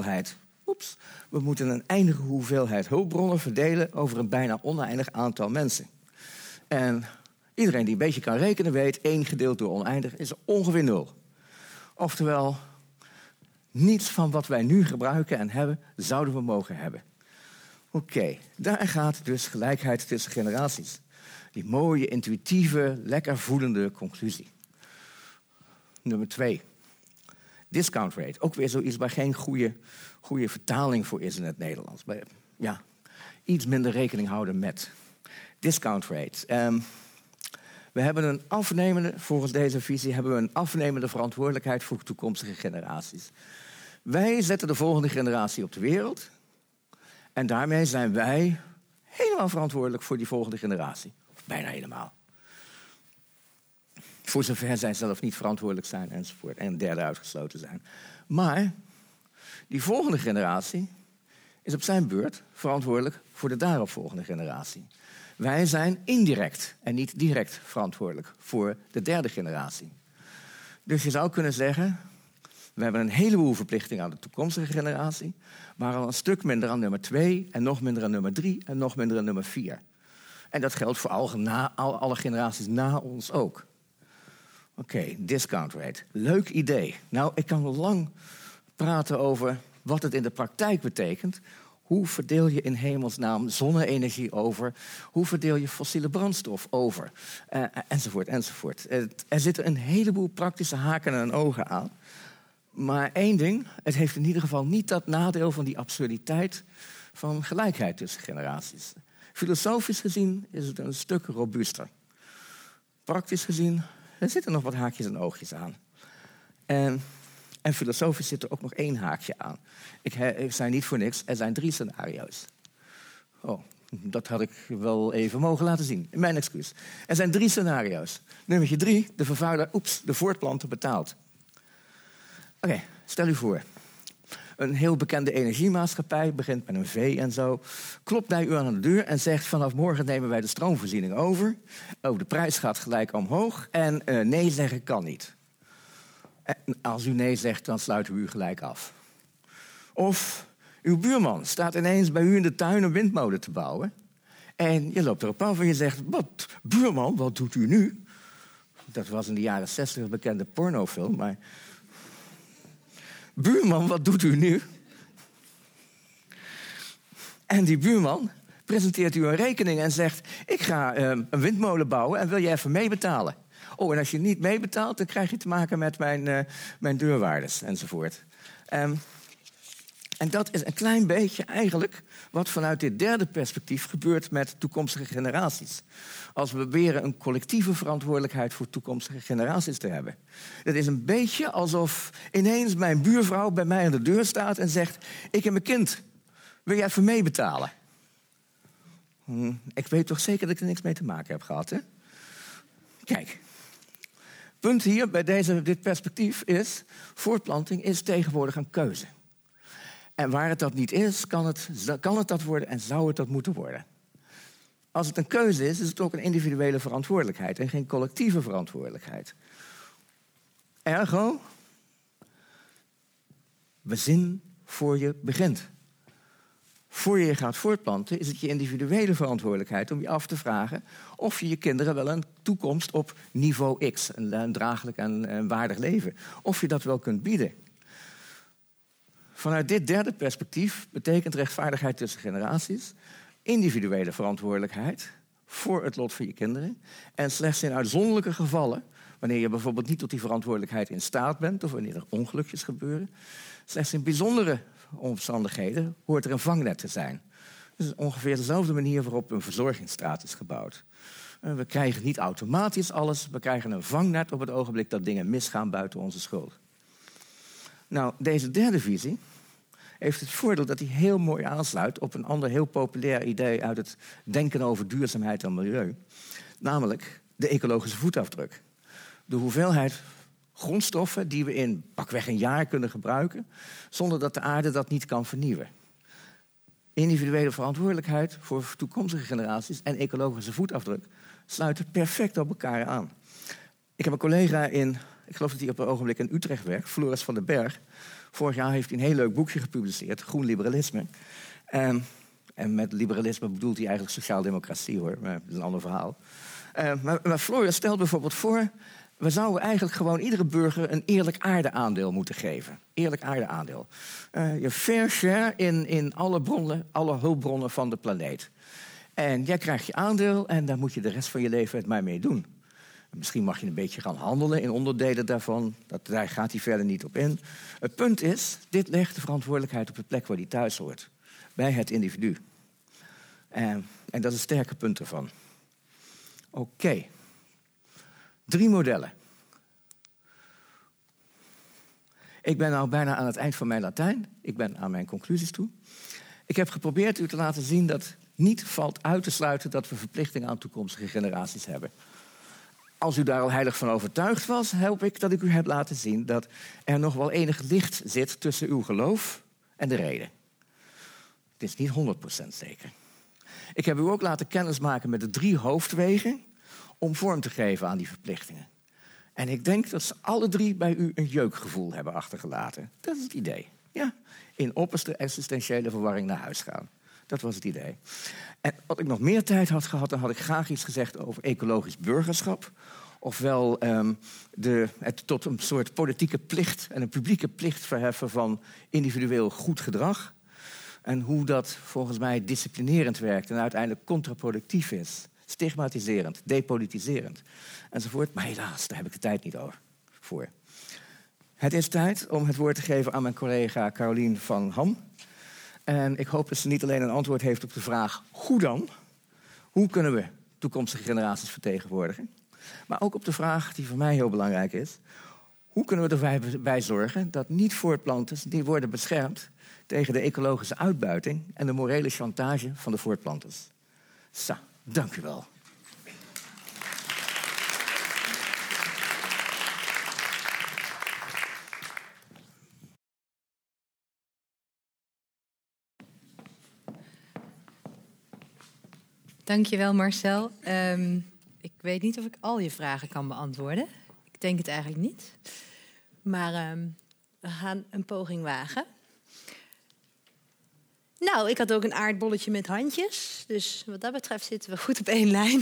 hoeveelheid hulpbronnen verdelen over een bijna oneindig aantal mensen. En iedereen die een beetje kan rekenen weet, 1 gedeeld door oneindig is ongeveer 0. Oftewel, niets van wat wij nu gebruiken en hebben, zouden we mogen hebben. Oké, daar gaat dus gelijkheid tussen generaties. Die mooie, intuïtieve, lekker voelende conclusie. Nummer 2. Discount rate. Ook weer zoiets waar geen goede vertaling voor is in het Nederlands. Maar ja, iets minder rekening houden met. Discount rate. We hebben volgens deze visie hebben we een afnemende verantwoordelijkheid voor toekomstige generaties. Wij zetten de volgende generatie op de wereld. En daarmee zijn wij helemaal verantwoordelijk voor die volgende generatie. Of bijna helemaal. Voor zover zij zelf niet verantwoordelijk zijn enzovoort. En derde uitgesloten zijn. Maar die volgende generatie is op zijn beurt verantwoordelijk voor de daaropvolgende generatie. Wij zijn indirect en niet direct verantwoordelijk voor de derde generatie. Dus je zou kunnen zeggen, we hebben een heleboel verplichtingen aan de toekomstige generatie, maar al een stuk minder aan nummer 2 en nog minder aan nummer 3 en nog minder aan nummer 4. En dat geldt voor alle generaties na ons ook. Oké, discount rate. Leuk idee. Nou, ik kan wel lang praten over wat het in de praktijk betekent. Hoe verdeel je in hemelsnaam zonne-energie over? Hoe verdeel je fossiele brandstof over? Enzovoort, enzovoort. Er zitten een heleboel praktische haken en ogen aan. Maar één ding, het heeft in ieder geval niet dat nadeel van die absurditeit van gelijkheid tussen generaties. Filosofisch gezien is het een stuk robuuster. Praktisch gezien, er zitten nog wat haakjes en oogjes aan. En filosofisch zit er ook nog 1 haakje aan. Ik zei niet voor niks, er zijn 3 scenario's. Oh, dat had ik wel even mogen laten zien. Mijn excuus. Er zijn 3 scenario's. Nummertje 3, de vervuiler, de voortplanter betaalt. Oké, stel u voor. Een heel bekende energiemaatschappij, begint met een V en zo, klopt bij u aan de deur en zegt: vanaf morgen nemen wij de stroomvoorziening over. Oh, de prijs gaat gelijk omhoog en nee zeggen kan niet. En als u nee zegt, dan sluiten we u gelijk af. Of uw buurman staat ineens bij u in de tuin een windmolen te bouwen. En je loopt erop af en je zegt: wat, buurman, wat doet u nu? Dat was in de jaren 60 een bekende pornofilm, maar... Buurman, wat doet u nu? En die buurman presenteert u een rekening en zegt: ik ga een windmolen bouwen en wil je even meebetalen? Oh, en als je niet meebetaalt, dan krijg je te maken met mijn deurwaarders enzovoort. En dat is een klein beetje eigenlijk wat vanuit dit derde perspectief gebeurt met toekomstige generaties. Als we proberen een collectieve verantwoordelijkheid voor toekomstige generaties te hebben. Het is een beetje alsof ineens mijn buurvrouw bij mij aan de deur staat en zegt: ik en mijn kind, wil je even meebetalen? Ik weet toch zeker dat ik er niks mee te maken heb gehad, hè? Kijk, punt hier bij dit perspectief is: voortplanting is tegenwoordig een keuze. En waar het dat niet is, kan het dat worden en zou het dat moeten worden. Als het een keuze is het ook een individuele verantwoordelijkheid en geen collectieve verantwoordelijkheid. Ergo, bezin voor je begint. Voor je gaat voortplanten is het je individuele verantwoordelijkheid om je af te vragen of je je kinderen wel een toekomst op niveau X, een draaglijk en waardig leven, of je dat wel kunt bieden. Vanuit dit derde perspectief betekent rechtvaardigheid tussen generaties individuele verantwoordelijkheid voor het lot van je kinderen. En slechts in uitzonderlijke gevallen, wanneer je bijvoorbeeld niet tot die verantwoordelijkheid in staat bent of wanneer er ongelukjes gebeuren, slechts in bijzondere omstandigheden hoort er een vangnet te zijn. Dus ongeveer dezelfde manier waarop een verzorgingsstaat is gebouwd. We krijgen niet automatisch alles, we krijgen een vangnet op het ogenblik dat dingen misgaan buiten onze schuld. Nou, deze derde visie heeft het voordeel dat hij heel mooi aansluit op een ander heel populair idee uit het denken over duurzaamheid en milieu. Namelijk de ecologische voetafdruk. De hoeveelheid grondstoffen die we in pakweg een jaar kunnen gebruiken, zonder dat de aarde dat niet kan vernieuwen. Individuele verantwoordelijkheid voor toekomstige generaties en ecologische voetafdruk sluiten perfect op elkaar aan. Ik heb een collega ik geloof dat hij op het ogenblik in Utrecht werkt, Floris van den Berg. Vorig jaar heeft hij een heel leuk boekje gepubliceerd, Groen Liberalisme. En met liberalisme bedoelt hij eigenlijk sociaaldemocratie, hoor. Maar dat is een ander verhaal. Maar Floris stelt bijvoorbeeld voor, we zouden eigenlijk gewoon iedere burger een eerlijk aardeaandeel moeten geven. Eerlijk aardeaandeel. Je fair share in alle hulpbronnen van de planeet. En jij krijgt je aandeel en daar moet je de rest van je leven het maar mee doen. Misschien mag je een beetje gaan handelen in onderdelen daarvan. Daar gaat hij verder niet op in. Het punt is, dit legt de verantwoordelijkheid op de plek waar die thuis hoort. Bij het individu. En dat is een sterke punt ervan. Oké. 3 modellen. Ik ben nou bijna aan het eind van mijn Latijn. Ik ben aan mijn conclusies toe. Ik heb geprobeerd u te laten zien dat niet valt uit te sluiten dat we verplichtingen aan toekomstige generaties hebben. Als u daar al heilig van overtuigd was, hoop ik dat ik u heb laten zien dat er nog wel enig licht zit tussen uw geloof en de reden. Het is niet 100% zeker. Ik heb u ook laten kennismaken met de 3 hoofdwegen om vorm te geven aan die verplichtingen. En ik denk dat ze alle 3 bij u een jeukgevoel hebben achtergelaten. Dat is het idee. Ja, in opperste existentiële verwarring naar huis gaan. Dat was het idee. En als ik nog meer tijd had gehad, dan had ik graag iets gezegd over ecologisch burgerschap. Ofwel het tot een soort politieke plicht en een publieke plicht verheffen van individueel goed gedrag. En hoe dat volgens mij disciplinerend werkt en uiteindelijk contraproductief is. Stigmatiserend, depolitiserend enzovoort. Maar helaas, daar heb ik de tijd niet over voor. Het is tijd om het woord te geven aan mijn collega Carolien van Ham. En ik hoop dat ze niet alleen een antwoord heeft op de vraag hoe dan? Hoe kunnen we toekomstige generaties vertegenwoordigen? Maar ook op de vraag die voor mij heel belangrijk is. Hoe kunnen we erbij zorgen dat niet-voortplanters die worden beschermd tegen de ecologische uitbuiting en de morele chantage van de voortplanters? Zo, dank u wel. Dankjewel, Marcel. Ik weet niet of ik al je vragen kan beantwoorden. Ik denk het eigenlijk niet. Maar we gaan een poging wagen. Nou, ik had ook een aardbolletje met handjes. Dus wat dat betreft zitten we goed op 1 lijn.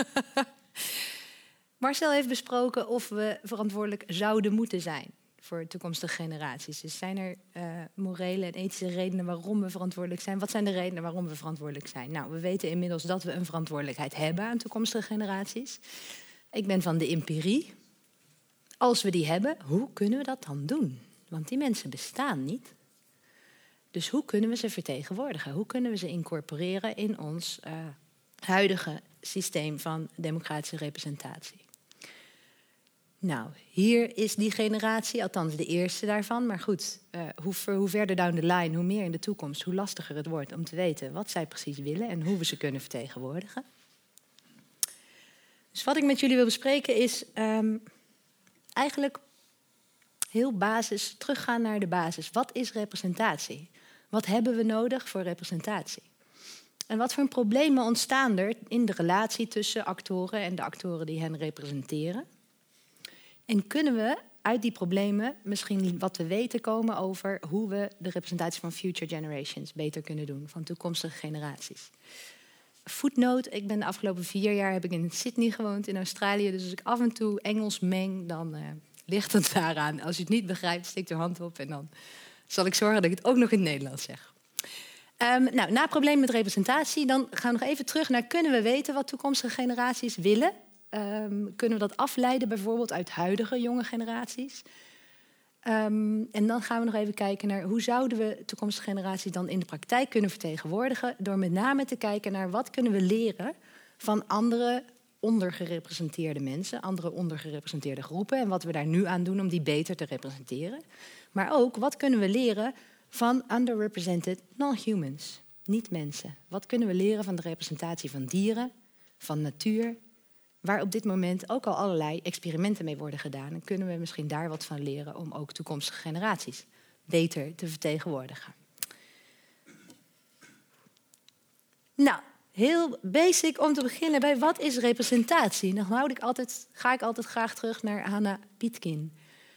Marcel heeft besproken of we verantwoordelijk zouden moeten zijn voor toekomstige generaties. Dus zijn er morele en ethische redenen waarom we verantwoordelijk zijn? Wat zijn de redenen waarom we verantwoordelijk zijn? Nou, we weten inmiddels dat we een verantwoordelijkheid hebben aan toekomstige generaties. Ik ben van de empirie. Als we die hebben, hoe kunnen we dat dan doen? Want die mensen bestaan niet. Dus hoe kunnen we ze vertegenwoordigen? Hoe kunnen we ze incorporeren in ons huidige systeem van democratische representatie? Nou, hier is die generatie, althans de eerste daarvan. Maar goed, hoe verder down the line, hoe meer in de toekomst, hoe lastiger het wordt om te weten wat zij precies willen en hoe we ze kunnen vertegenwoordigen. Dus wat ik met jullie wil bespreken is eigenlijk heel basis, teruggaan naar de basis. Wat is representatie? Wat hebben we nodig voor representatie? En wat voor problemen ontstaan er in de relatie tussen actoren en de actoren die hen representeren? En kunnen we uit die problemen misschien wat te weten komen over hoe we de representatie van future generations beter kunnen doen, van toekomstige generaties? Footnote, ik ben de afgelopen 4 jaar heb ik in Sydney gewoond in Australië, dus als ik af en toe Engels meng, dan ligt het daaraan. Als u het niet begrijpt, steek uw hand op en dan zal ik zorgen dat ik het ook nog in het Nederlands zeg. Na problemen met representatie, dan gaan we nog even terug naar, kunnen we weten wat toekomstige generaties willen? Kunnen we dat afleiden bijvoorbeeld uit huidige jonge generaties? En dan gaan we nog even kijken naar hoe zouden we toekomstige generaties dan in de praktijk kunnen vertegenwoordigen, door met name te kijken naar wat kunnen we leren van andere ondergerepresenteerde mensen, andere ondergerepresenteerde groepen en wat we daar nu aan doen om die beter te representeren. Maar ook, wat kunnen we leren van underrepresented non-humans, niet-mensen? Wat kunnen we leren van de representatie van dieren, van natuur, waar op dit moment ook al allerlei experimenten mee worden gedaan? En kunnen we misschien daar wat van leren om ook toekomstige generaties beter te vertegenwoordigen? Nou, heel basic om te beginnen bij wat is representatie? Dan ga ik altijd graag terug naar Hannah Pitkin.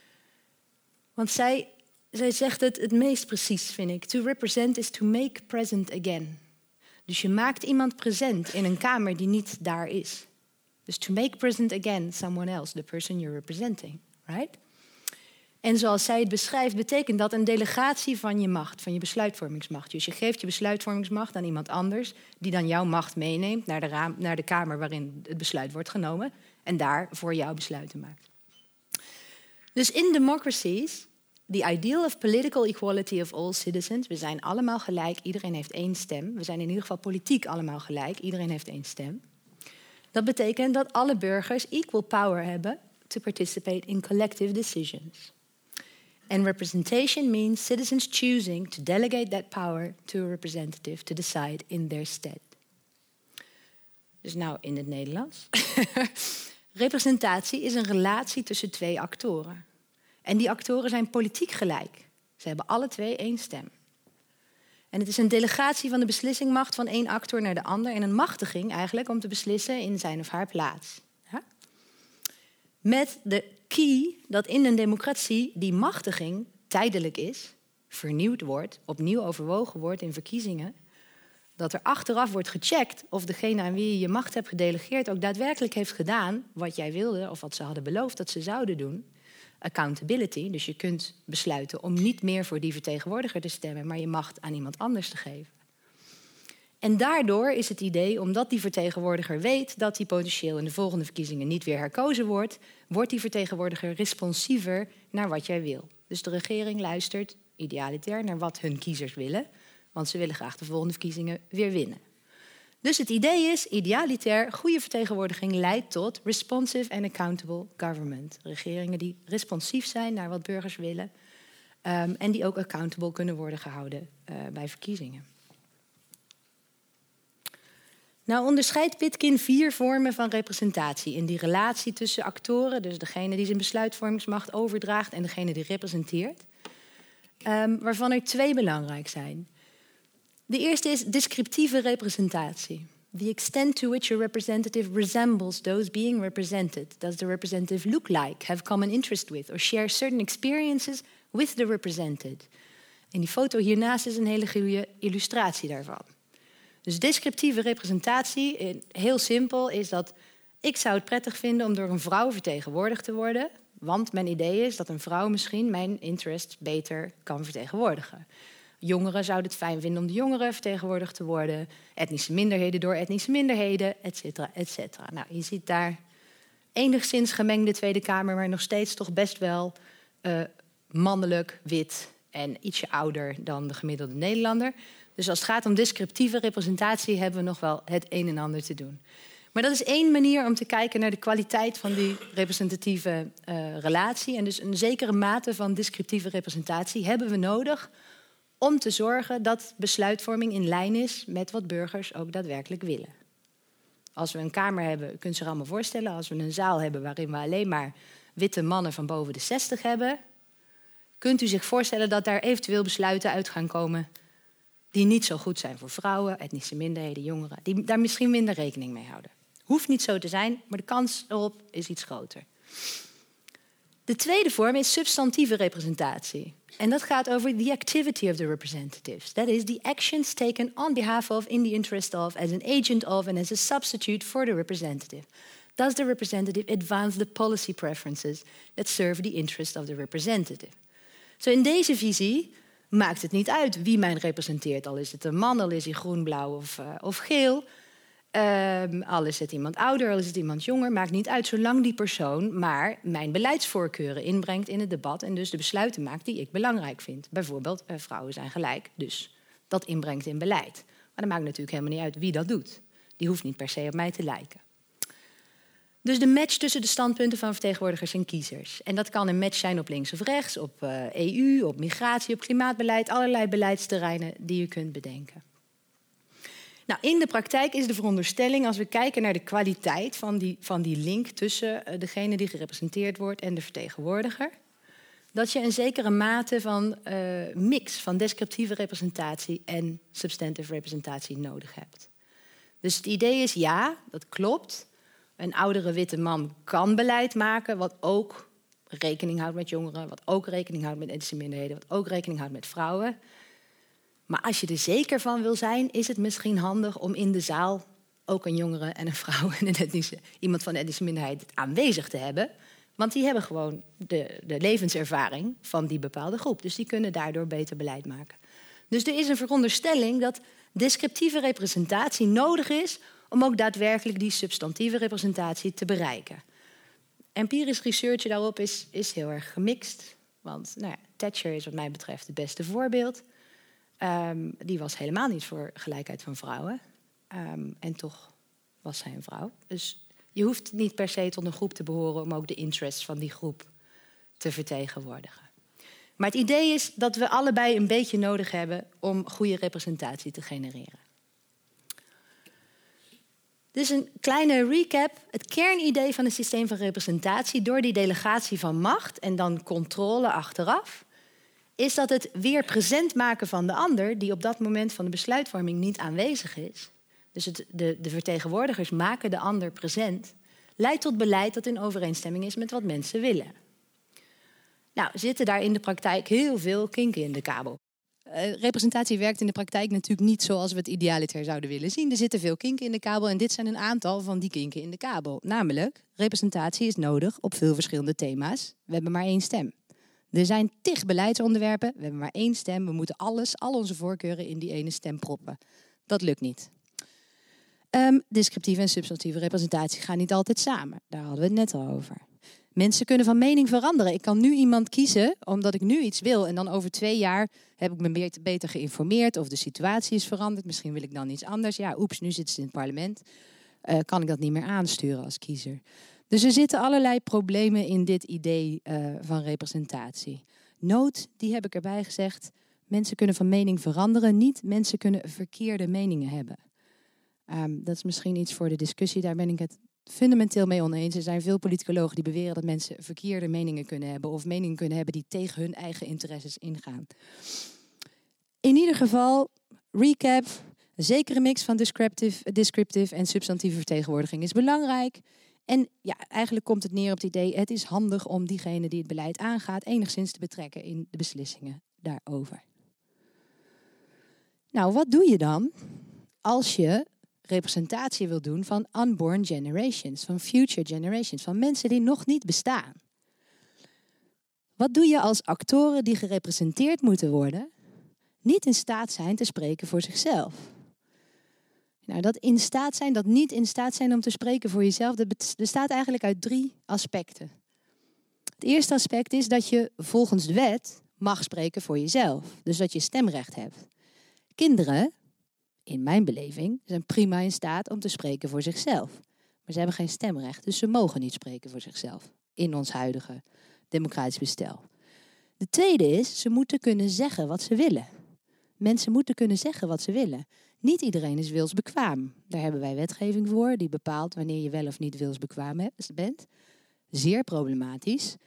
Want zij zegt het meest precies, vind ik. To represent is to make present again. Dus je maakt iemand present in een kamer die niet daar is. Dus to make present again someone else, the person you're representing, right? En zoals zij het beschrijft, betekent dat een delegatie van je macht, van je besluitvormingsmacht. Dus je geeft je besluitvormingsmacht aan iemand anders, die dan jouw macht meeneemt naar de kamer waarin het besluit wordt genomen en daar voor jou besluiten maakt. Dus in democracies, the ideal of political equality of all citizens, we zijn allemaal gelijk, iedereen heeft 1 stem. We zijn in ieder geval politiek allemaal gelijk, iedereen heeft 1 stem. Dat betekent dat alle burgers equal power hebben to participate in collective decisions. And representation means citizens choosing to delegate that power to a representative to decide in their stead. Dus nou in het Nederlands. Representatie is een relatie tussen 2 actoren. En die actoren zijn politiek gelijk. Ze hebben alle 2 1 stem. En het is een delegatie van de beslissingmacht van 1 actor naar de ander en een machtiging eigenlijk om te beslissen in zijn of haar plaats. Ja? Met de key dat in een democratie die machtiging tijdelijk is, vernieuwd wordt, opnieuw overwogen wordt in verkiezingen, dat er achteraf wordt gecheckt of degene aan wie je je macht hebt gedelegeerd ook daadwerkelijk heeft gedaan wat jij wilde of wat ze hadden beloofd dat ze zouden doen. Accountability, dus je kunt besluiten om niet meer voor die vertegenwoordiger te stemmen, maar je macht aan iemand anders te geven. En daardoor is het idee, omdat die vertegenwoordiger weet dat hij potentieel in de volgende verkiezingen niet weer herkozen wordt, wordt die vertegenwoordiger responsiever naar wat jij wil. Dus de regering luistert idealitair naar wat hun kiezers willen, want ze willen graag de volgende verkiezingen weer winnen. Dus het idee is, idealitair, goede vertegenwoordiging leidt tot responsive and accountable government. Regeringen die responsief zijn naar wat burgers willen en die ook accountable kunnen worden gehouden bij verkiezingen. Nou onderscheidt Pitkin 4 vormen van representatie in die relatie tussen actoren, dus degene die zijn besluitvormingsmacht overdraagt en degene die representeert, waarvan er 2 belangrijk zijn. De eerste is descriptieve representatie. The extent to which a representative resembles those being represented. Does the representative look like, have common interest with, or share certain experiences with the represented? En die foto hiernaast is een hele goede illustratie daarvan. Dus descriptieve representatie, heel simpel, is dat ik zou het prettig vinden om door een vrouw vertegenwoordigd te worden. Want mijn idee is dat een vrouw misschien mijn interest beter kan vertegenwoordigen. Jongeren zouden het fijn vinden om de jongeren vertegenwoordigd te worden. Etnische minderheden door etnische minderheden, et cetera, et cetera. Nou, je ziet daar enigszins gemengde Tweede Kamer, maar nog steeds toch best wel mannelijk, wit en ietsje ouder dan de gemiddelde Nederlander. Dus als het gaat om descriptieve representatie hebben we nog wel het een en ander te doen. Maar dat is 1 manier om te kijken naar de kwaliteit van die representatieve relatie. En dus een zekere mate van descriptieve representatie hebben we nodig om te zorgen dat besluitvorming in lijn is met wat burgers ook daadwerkelijk willen. Als we een kamer hebben, u kunt zich allemaal voorstellen, als we een zaal hebben waarin we alleen maar witte mannen van boven de 60 hebben, kunt u zich voorstellen dat daar eventueel besluiten uit gaan komen die niet zo goed zijn voor vrouwen, etnische minderheden, jongeren, die daar misschien minder rekening mee houden. Hoeft niet zo te zijn, maar de kans erop is iets groter. De tweede vorm is substantieve representatie. En dat gaat over the activity of the representatives. That is, the actions taken on behalf of, in the interest of, as an agent of, and as a substitute for the representative. Does the representative advance the policy preferences that serve the interest of the representative? Zo in deze visie maakt het niet uit wie mij representeert. Al is het een man, al is hij groen, blauw of geel. Al is het iemand ouder, al is het iemand jonger. Maakt niet uit, zolang die persoon maar mijn beleidsvoorkeuren inbrengt in het debat en dus de besluiten maakt die ik belangrijk vind. Bijvoorbeeld, vrouwen zijn gelijk, dus dat inbrengt in beleid. Maar dat maakt natuurlijk helemaal niet uit wie dat doet. Die hoeft niet per se op mij te lijken. Dus de match tussen de standpunten van vertegenwoordigers en kiezers. En dat kan een match zijn op links of rechts, op EU, op migratie, op klimaatbeleid, allerlei beleidsterreinen die je kunt bedenken. Nou, in de praktijk is de veronderstelling, als we kijken naar de kwaliteit van die link tussen degene die gerepresenteerd wordt en de vertegenwoordiger, dat je een zekere mate van mix van descriptieve representatie en substantive representatie nodig hebt. Dus het idee is, ja, dat klopt. Een oudere witte man kan beleid maken wat ook rekening houdt met jongeren, wat ook rekening houdt met etnische minderheden, wat ook rekening houdt met vrouwen. Maar als je er zeker van wil zijn, is het misschien handig om in de zaal ook een jongere en een vrouw en iemand van de etnische minderheid aanwezig te hebben. Want die hebben gewoon de levenservaring van die bepaalde groep. Dus die kunnen daardoor beter beleid maken. Dus er is een veronderstelling dat descriptieve representatie nodig is om ook daadwerkelijk die substantieve representatie te bereiken. Empirisch research daarop is heel erg gemixt. Want Thatcher is wat mij betreft het beste voorbeeld. Die was helemaal niet voor gelijkheid van vrouwen. En toch was zij een vrouw. Dus je hoeft niet per se tot een groep te behoren om ook de interests van die groep te vertegenwoordigen. Maar het idee is dat we allebei een beetje nodig hebben om goede representatie te genereren. Dus een kleine recap. Het kernidee van het systeem van representatie door die delegatie van macht en dan controle achteraf, is dat het weer present maken van de ander, die op dat moment van de besluitvorming niet aanwezig is, dus de vertegenwoordigers maken de ander present, leidt tot beleid dat in overeenstemming is met wat mensen willen. Nou, zitten daar in de praktijk heel veel kinken in de kabel. Representatie werkt in de praktijk natuurlijk niet zoals we het idealiter zouden willen zien. Er zitten veel kinken in de kabel en dit zijn een aantal van die kinken in de kabel. Namelijk, representatie is nodig op veel verschillende thema's. We hebben maar 1 stem. Er zijn 10 beleidsonderwerpen, we hebben maar 1 stem. We moeten al onze voorkeuren in die ene stem proppen. Dat lukt niet. Descriptieve en substantieve representatie gaan niet altijd samen. Daar hadden we het net al over. Mensen kunnen van mening veranderen. Ik kan nu iemand kiezen omdat ik nu iets wil. En dan over 2 jaar heb ik me beter geïnformeerd. Of de situatie is veranderd. Misschien wil ik dan iets anders. Ja, oeps, nu zitten ze in het parlement. Kan ik dat niet meer aansturen als kiezer. Dus er zitten allerlei problemen in dit idee van representatie. Nood, die heb ik erbij gezegd. Mensen kunnen van mening veranderen. Niet mensen kunnen verkeerde meningen hebben. Dat is misschien iets voor de discussie. Daar ben ik het fundamenteel mee oneens. Er zijn veel politicologen die beweren dat mensen verkeerde meningen kunnen hebben. Of meningen kunnen hebben die tegen hun eigen interesses ingaan. In ieder geval, recap. Een zekere mix van descriptive en substantieve vertegenwoordiging is belangrijk. En ja, eigenlijk komt het neer op het idee, het is handig om diegene die het beleid aangaat enigszins te betrekken in de beslissingen daarover. Nou, wat doe je dan als je representatie wil doen van unborn generations, van future generations, van mensen die nog niet bestaan? Wat doe je als actoren die gerepresenteerd moeten worden, niet in staat zijn te spreken voor zichzelf? Nou, dat in staat zijn, dat niet in staat zijn om te spreken voor jezelf, dat bestaat eigenlijk uit 3 aspecten. Het eerste aspect is dat je volgens de wet mag spreken voor jezelf. Dus dat je stemrecht hebt. Kinderen, in mijn beleving, zijn prima in staat om te spreken voor zichzelf. Maar ze hebben geen stemrecht, dus ze mogen niet spreken voor zichzelf. In ons huidige democratisch bestel. De tweede is, ze moeten kunnen zeggen wat ze willen. Mensen moeten kunnen zeggen wat ze willen. Niet iedereen is wilsbekwaam. Daar hebben wij wetgeving voor, die bepaalt wanneer je wel of niet wilsbekwaam bent. Zeer problematisch.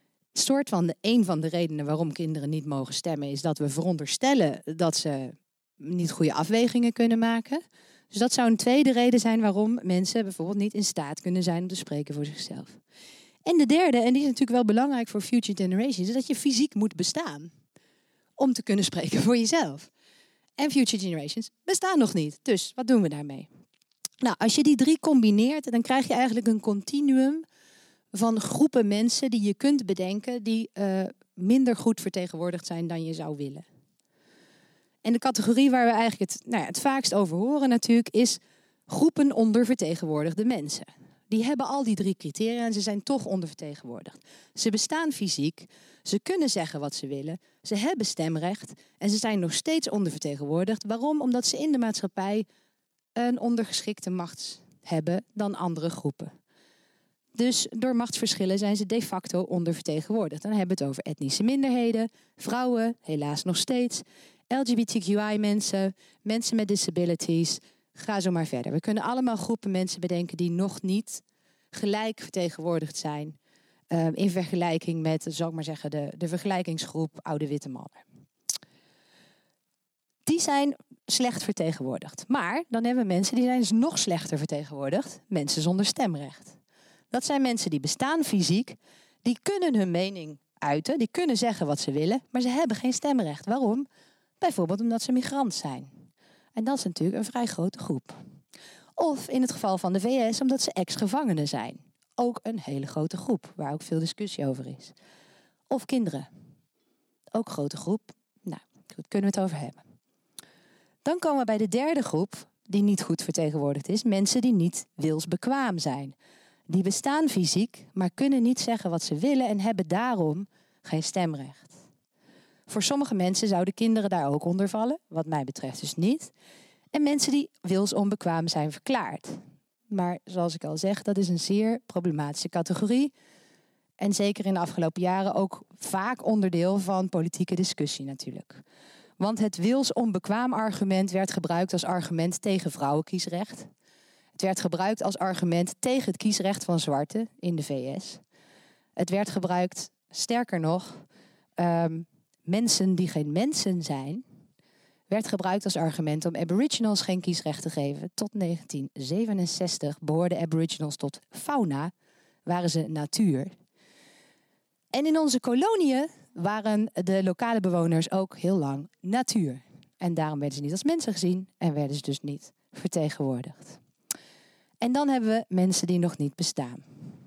Een van de redenen waarom kinderen niet mogen stemmen is dat we veronderstellen dat ze niet goede afwegingen kunnen maken. Dus dat zou een tweede reden zijn waarom mensen bijvoorbeeld niet in staat kunnen zijn om te spreken voor zichzelf. En de derde, en die is natuurlijk wel belangrijk voor future generations, is dat je fysiek moet bestaan om te kunnen spreken voor jezelf. En future generations bestaan nog niet. Dus wat doen we daarmee? Nou, als je die 3 combineert, dan krijg je eigenlijk een continuum van groepen mensen die je kunt bedenken die minder goed vertegenwoordigd zijn dan je zou willen. En de categorie waar we eigenlijk het vaakst over horen natuurlijk is groepen ondervertegenwoordigde mensen. Die hebben al die 3 criteria en ze zijn toch ondervertegenwoordigd. Ze bestaan fysiek, ze kunnen zeggen wat ze willen, ze hebben stemrecht en ze zijn nog steeds ondervertegenwoordigd. Waarom? Omdat ze in de maatschappij een ondergeschikte macht hebben dan andere groepen. Dus door machtsverschillen zijn ze de facto ondervertegenwoordigd. Dan hebben we het over etnische minderheden, vrouwen, helaas nog steeds, LGBTQI-mensen, mensen met disabilities. Ga zo maar verder. We kunnen allemaal groepen mensen bedenken die nog niet gelijk vertegenwoordigd zijn. In vergelijking met, zal ik maar zeggen, de vergelijkingsgroep oude witte mannen. Die zijn slecht vertegenwoordigd. Maar dan hebben we mensen die zijn dus nog slechter vertegenwoordigd. Mensen zonder stemrecht. Dat zijn mensen die bestaan fysiek. Die kunnen hun mening uiten. Die kunnen zeggen wat ze willen. Maar ze hebben geen stemrecht. Waarom? Bijvoorbeeld omdat ze migrant zijn. En dat is natuurlijk een vrij grote groep. Of in het geval van de VS omdat ze ex-gevangenen zijn. Ook een hele grote groep, waar ook veel discussie over is. Of kinderen. Ook een grote groep. Nou, goed, kunnen we het over hebben. Dan komen we bij de derde groep, die niet goed vertegenwoordigd is. Mensen die niet wilsbekwaam zijn. Die bestaan fysiek, maar kunnen niet zeggen wat ze willen en hebben daarom geen stemrecht. Voor sommige mensen zouden kinderen daar ook onder vallen, wat mij betreft dus niet. En mensen die wilsonbekwaam zijn verklaard. Maar zoals ik al zeg, dat is een zeer problematische categorie. En zeker in de afgelopen jaren ook vaak onderdeel van politieke discussie natuurlijk. Want het wilsonbekwaam argument werd gebruikt als argument tegen vrouwenkiesrecht. Het werd gebruikt als argument tegen het kiesrecht van zwarten in de VS. Het werd gebruikt, sterker nog, mensen die geen mensen zijn, werd gebruikt als argument om aboriginals geen kiesrecht te geven. Tot 1967 behoorden aboriginals tot fauna, waren ze natuur. En in onze koloniën waren de lokale bewoners ook heel lang natuur. En daarom werden ze niet als mensen gezien en werden ze dus niet vertegenwoordigd. En dan hebben we mensen die nog niet bestaan.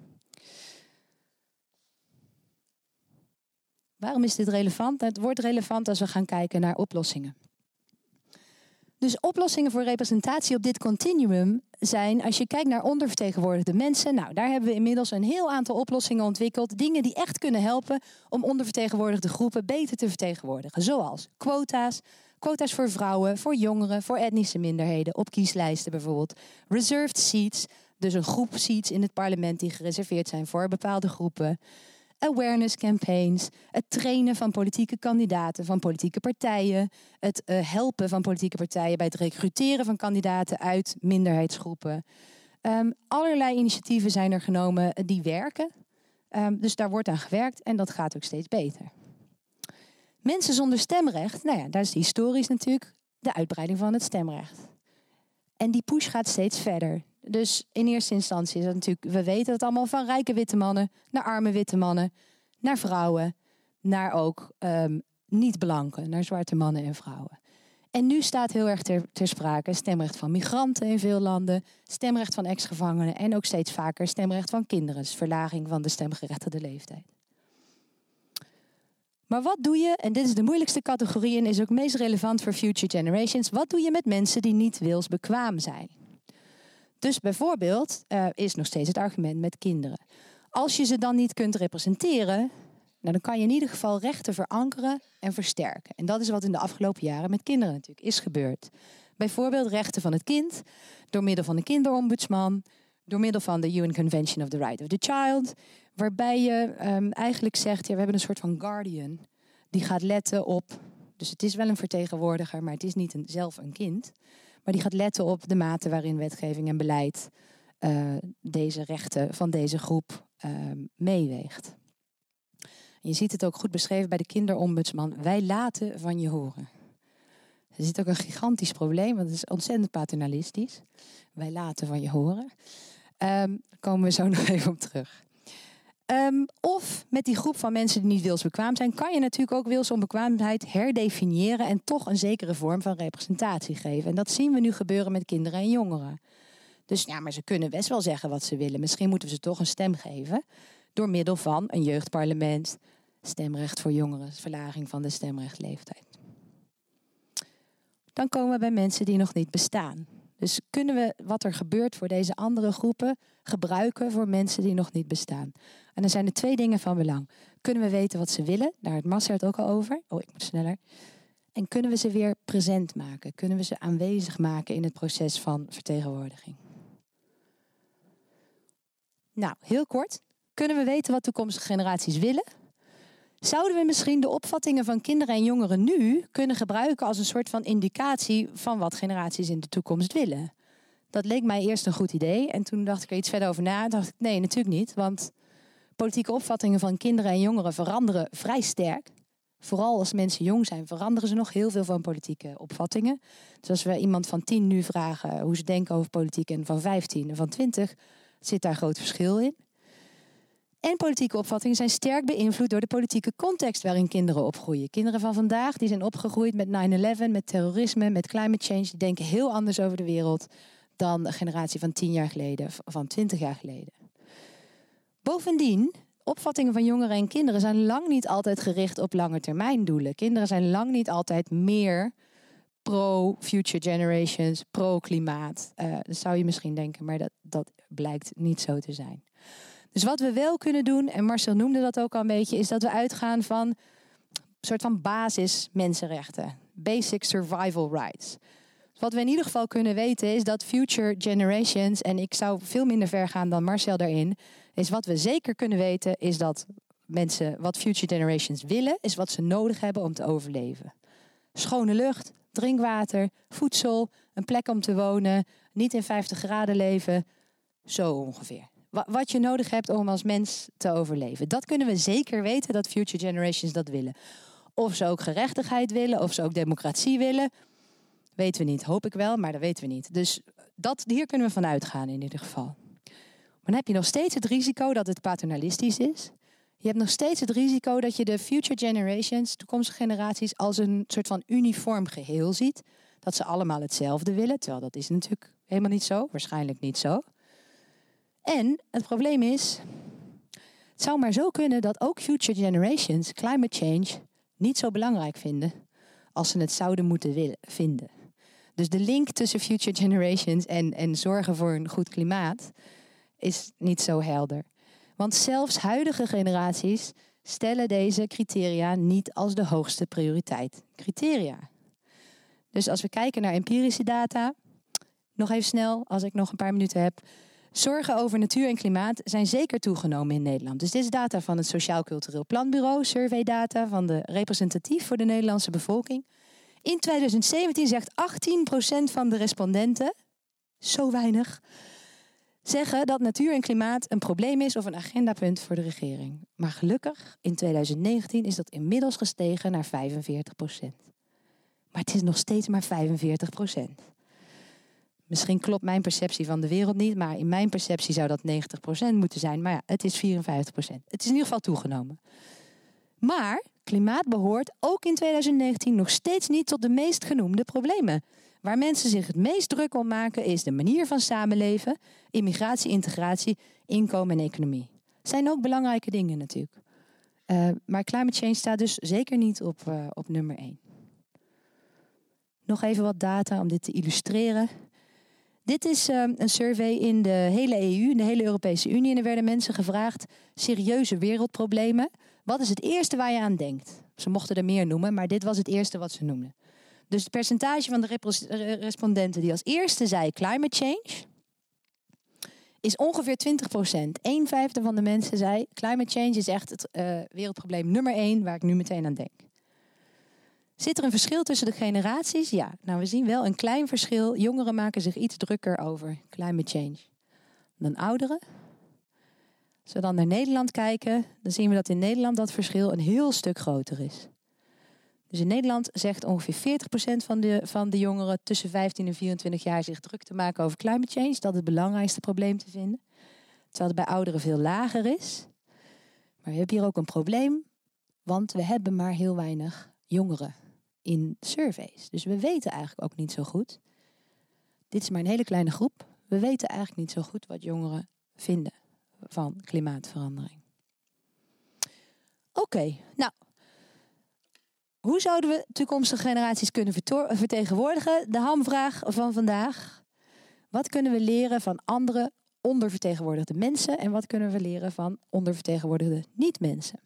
Waarom is dit relevant? Het wordt relevant als we gaan kijken naar oplossingen. Dus oplossingen voor representatie op dit continuum zijn, als je kijkt naar ondervertegenwoordigde mensen, nou, daar hebben we inmiddels een heel aantal oplossingen ontwikkeld. Dingen die echt kunnen helpen om ondervertegenwoordigde groepen beter te vertegenwoordigen. Zoals quota's. Quota's voor vrouwen, voor jongeren, voor etnische minderheden, op kieslijsten bijvoorbeeld. Reserved seats, dus een groep seats in het parlement die gereserveerd zijn voor bepaalde groepen. Awareness campaigns, het trainen van politieke kandidaten, van politieke partijen. Het helpen van politieke partijen bij het recruteren van kandidaten uit minderheidsgroepen. Allerlei initiatieven zijn er genomen die werken. Dus daar wordt aan gewerkt en dat gaat ook steeds beter. Mensen zonder stemrecht, nou ja, daar is historisch natuurlijk de uitbreiding van het stemrecht. En die push gaat steeds verder. Dus in eerste instantie is dat natuurlijk, we weten het allemaal, van rijke witte mannen naar arme witte mannen, naar vrouwen, naar ook niet-blanken, naar zwarte mannen en vrouwen. En nu staat heel erg ter sprake stemrecht van migranten in veel landen, stemrecht van ex-gevangenen en ook steeds vaker stemrecht van kinderen, dus verlaging van de stemgerechtigde leeftijd. Maar wat doe je, en dit is de moeilijkste categorie en is ook meest relevant voor future generations, wat doe je met mensen die niet wilsbekwaam zijn? Dus bijvoorbeeld is nog steeds het argument met kinderen. Als je ze dan niet kunt representeren, nou, dan kan je in ieder geval rechten verankeren en versterken. En dat is wat in de afgelopen jaren met kinderen natuurlijk is gebeurd. Bijvoorbeeld rechten van het kind, door middel van de kinderombudsman, door middel van de UN Convention of the Right of the Child, waarbij je eigenlijk zegt, ja, we hebben een soort van guardian die gaat letten op, dus het is wel een vertegenwoordiger, maar het is niet zelf een kind, maar die gaat letten op de mate waarin wetgeving en beleid deze rechten van deze groep meeweegt. En je ziet het ook goed beschreven bij de kinderombudsman. Wij laten van je horen. Er zit ook een gigantisch probleem, want het is ontzettend paternalistisch. Wij laten van je horen. Daar komen we zo nog even op terug. Of met die groep van mensen die niet wilsbekwaam zijn, kan je natuurlijk ook wilsonbekwaamheid herdefiniëren en toch een zekere vorm van representatie geven. En dat zien we nu gebeuren met kinderen en jongeren. Dus ja, maar ze kunnen best wel zeggen wat ze willen. Misschien moeten we ze toch een stem geven door middel van een jeugdparlement, stemrecht voor jongeren, verlaging van de stemrechtleeftijd. Dan komen we bij mensen die nog niet bestaan. Dus kunnen we wat er gebeurt voor deze andere groepen gebruiken voor mensen die nog niet bestaan? En dan zijn er 2 dingen van belang. Kunnen we weten wat ze willen? Daar had Marcel het ook al over. Oh, ik moet sneller. En kunnen we ze weer present maken? Kunnen we ze aanwezig maken in het proces van vertegenwoordiging? Nou, heel kort. Kunnen we weten wat toekomstige generaties willen? Zouden we misschien de opvattingen van kinderen en jongeren nu kunnen gebruiken als een soort van indicatie van wat generaties in de toekomst willen? Dat leek mij eerst een goed idee. En toen dacht ik er iets verder over na. En dacht ik, nee, natuurlijk niet. Want politieke opvattingen van kinderen en jongeren veranderen vrij sterk. Vooral als mensen jong zijn, veranderen ze nog heel veel van politieke opvattingen. Dus als we iemand van 10 nu vragen hoe ze denken over politiek en van 15 en van 20, zit daar groot verschil in. En politieke opvattingen zijn sterk beïnvloed door de politieke context waarin kinderen opgroeien. Kinderen van vandaag die zijn opgegroeid met 9/11, met terrorisme, met climate change. Die denken heel anders over de wereld dan de generatie van 10 jaar geleden, van 20 jaar geleden. Bovendien, opvattingen van jongeren en kinderen zijn lang niet altijd gericht op langetermijndoelen. Kinderen zijn lang niet altijd meer pro-future generations, pro-klimaat. Dat zou je misschien denken, maar dat blijkt niet zo te zijn. Dus wat we wel kunnen doen, en Marcel noemde dat ook al een beetje, is dat we uitgaan van een soort van basis mensenrechten. Basic survival rights. Wat we in ieder geval kunnen weten is dat future generations, en ik zou veel minder ver gaan dan Marcel daarin, is wat we zeker kunnen weten is dat mensen wat future generations willen, is wat ze nodig hebben om te overleven. Schone lucht, drinkwater, voedsel, een plek om te wonen, niet in 50 graden leven, zo ongeveer. Wat je nodig hebt om als mens te overleven. Dat kunnen we zeker weten dat future generations dat willen. Of ze ook gerechtigheid willen, of ze ook democratie willen, weten we niet. Hoop ik wel, maar dat weten we niet. Dus hier kunnen we van uitgaan in ieder geval. Maar dan heb je nog steeds het risico dat het paternalistisch is. Je hebt nog steeds het risico dat je de future generations, toekomstige generaties, als een soort van uniform geheel ziet. Dat ze allemaal hetzelfde willen, terwijl dat is natuurlijk helemaal niet zo. Waarschijnlijk niet zo. En het probleem is, het zou maar zo kunnen dat ook future generations climate change niet zo belangrijk vinden als ze het zouden moeten vinden. Dus de link tussen future generations en zorgen voor een goed klimaat is niet zo helder. Want zelfs huidige generaties stellen deze criteria niet als de hoogste prioriteit criteria. Dus als we kijken naar empirische data, nog even snel, als ik nog een paar minuten heb. Zorgen over natuur en klimaat zijn zeker toegenomen in Nederland. Dus dit is data van het Sociaal Cultureel Planbureau, surveydata van de representatief voor de Nederlandse bevolking. In 2017 zegt 18% van de respondenten, zo weinig, zeggen dat natuur en klimaat een probleem is of een agendapunt voor de regering. Maar gelukkig, in 2019 is dat inmiddels gestegen naar 45%. Maar het is nog steeds maar 45%. Misschien klopt mijn perceptie van de wereld niet, maar in mijn perceptie zou dat 90% moeten zijn. Maar ja, het is 54%. Het is in ieder geval toegenomen. Maar klimaat behoort ook in 2019 nog steeds niet tot de meest genoemde problemen. Waar mensen zich het meest druk om maken is de manier van samenleven, immigratie, integratie, inkomen en economie. Zijn ook belangrijke dingen natuurlijk. Maar climate change staat dus zeker niet op nummer 1. Nog even wat data om dit te illustreren. Dit is een survey in de hele EU, in de hele Europese Unie. En er werden mensen gevraagd, serieuze wereldproblemen. Wat is het eerste waar je aan denkt? Ze mochten er meer noemen, maar dit was het eerste wat ze noemden. Dus het percentage van de respondenten die als eerste zei climate change is ongeveer 20%. 1/5 van de mensen zei climate change is echt het wereldprobleem nummer 1 waar ik nu meteen aan denk. Zit er een verschil tussen de generaties? Ja, nou we zien wel een klein verschil. Jongeren maken zich iets drukker over climate change dan ouderen. Als we dan naar Nederland kijken, dan zien we dat in Nederland dat verschil een heel stuk groter is. Dus in Nederland zegt ongeveer 40% van de jongeren tussen 15 en 24 jaar zich druk te maken over climate change. Dat het belangrijkste probleem te vinden. Terwijl het bij ouderen veel lager is. Maar we hebben hier ook een probleem. Want we hebben maar heel weinig jongeren in surveys. Dus we weten eigenlijk ook niet zo goed. Dit is maar een hele kleine groep. We weten eigenlijk niet zo goed wat jongeren vinden van klimaatverandering. Oké, nou. Hoe zouden we toekomstige generaties kunnen vertegenwoordigen? De hamvraag van vandaag. Wat kunnen we leren van andere ondervertegenwoordigde mensen? En wat kunnen we leren van ondervertegenwoordigde niet-mensen?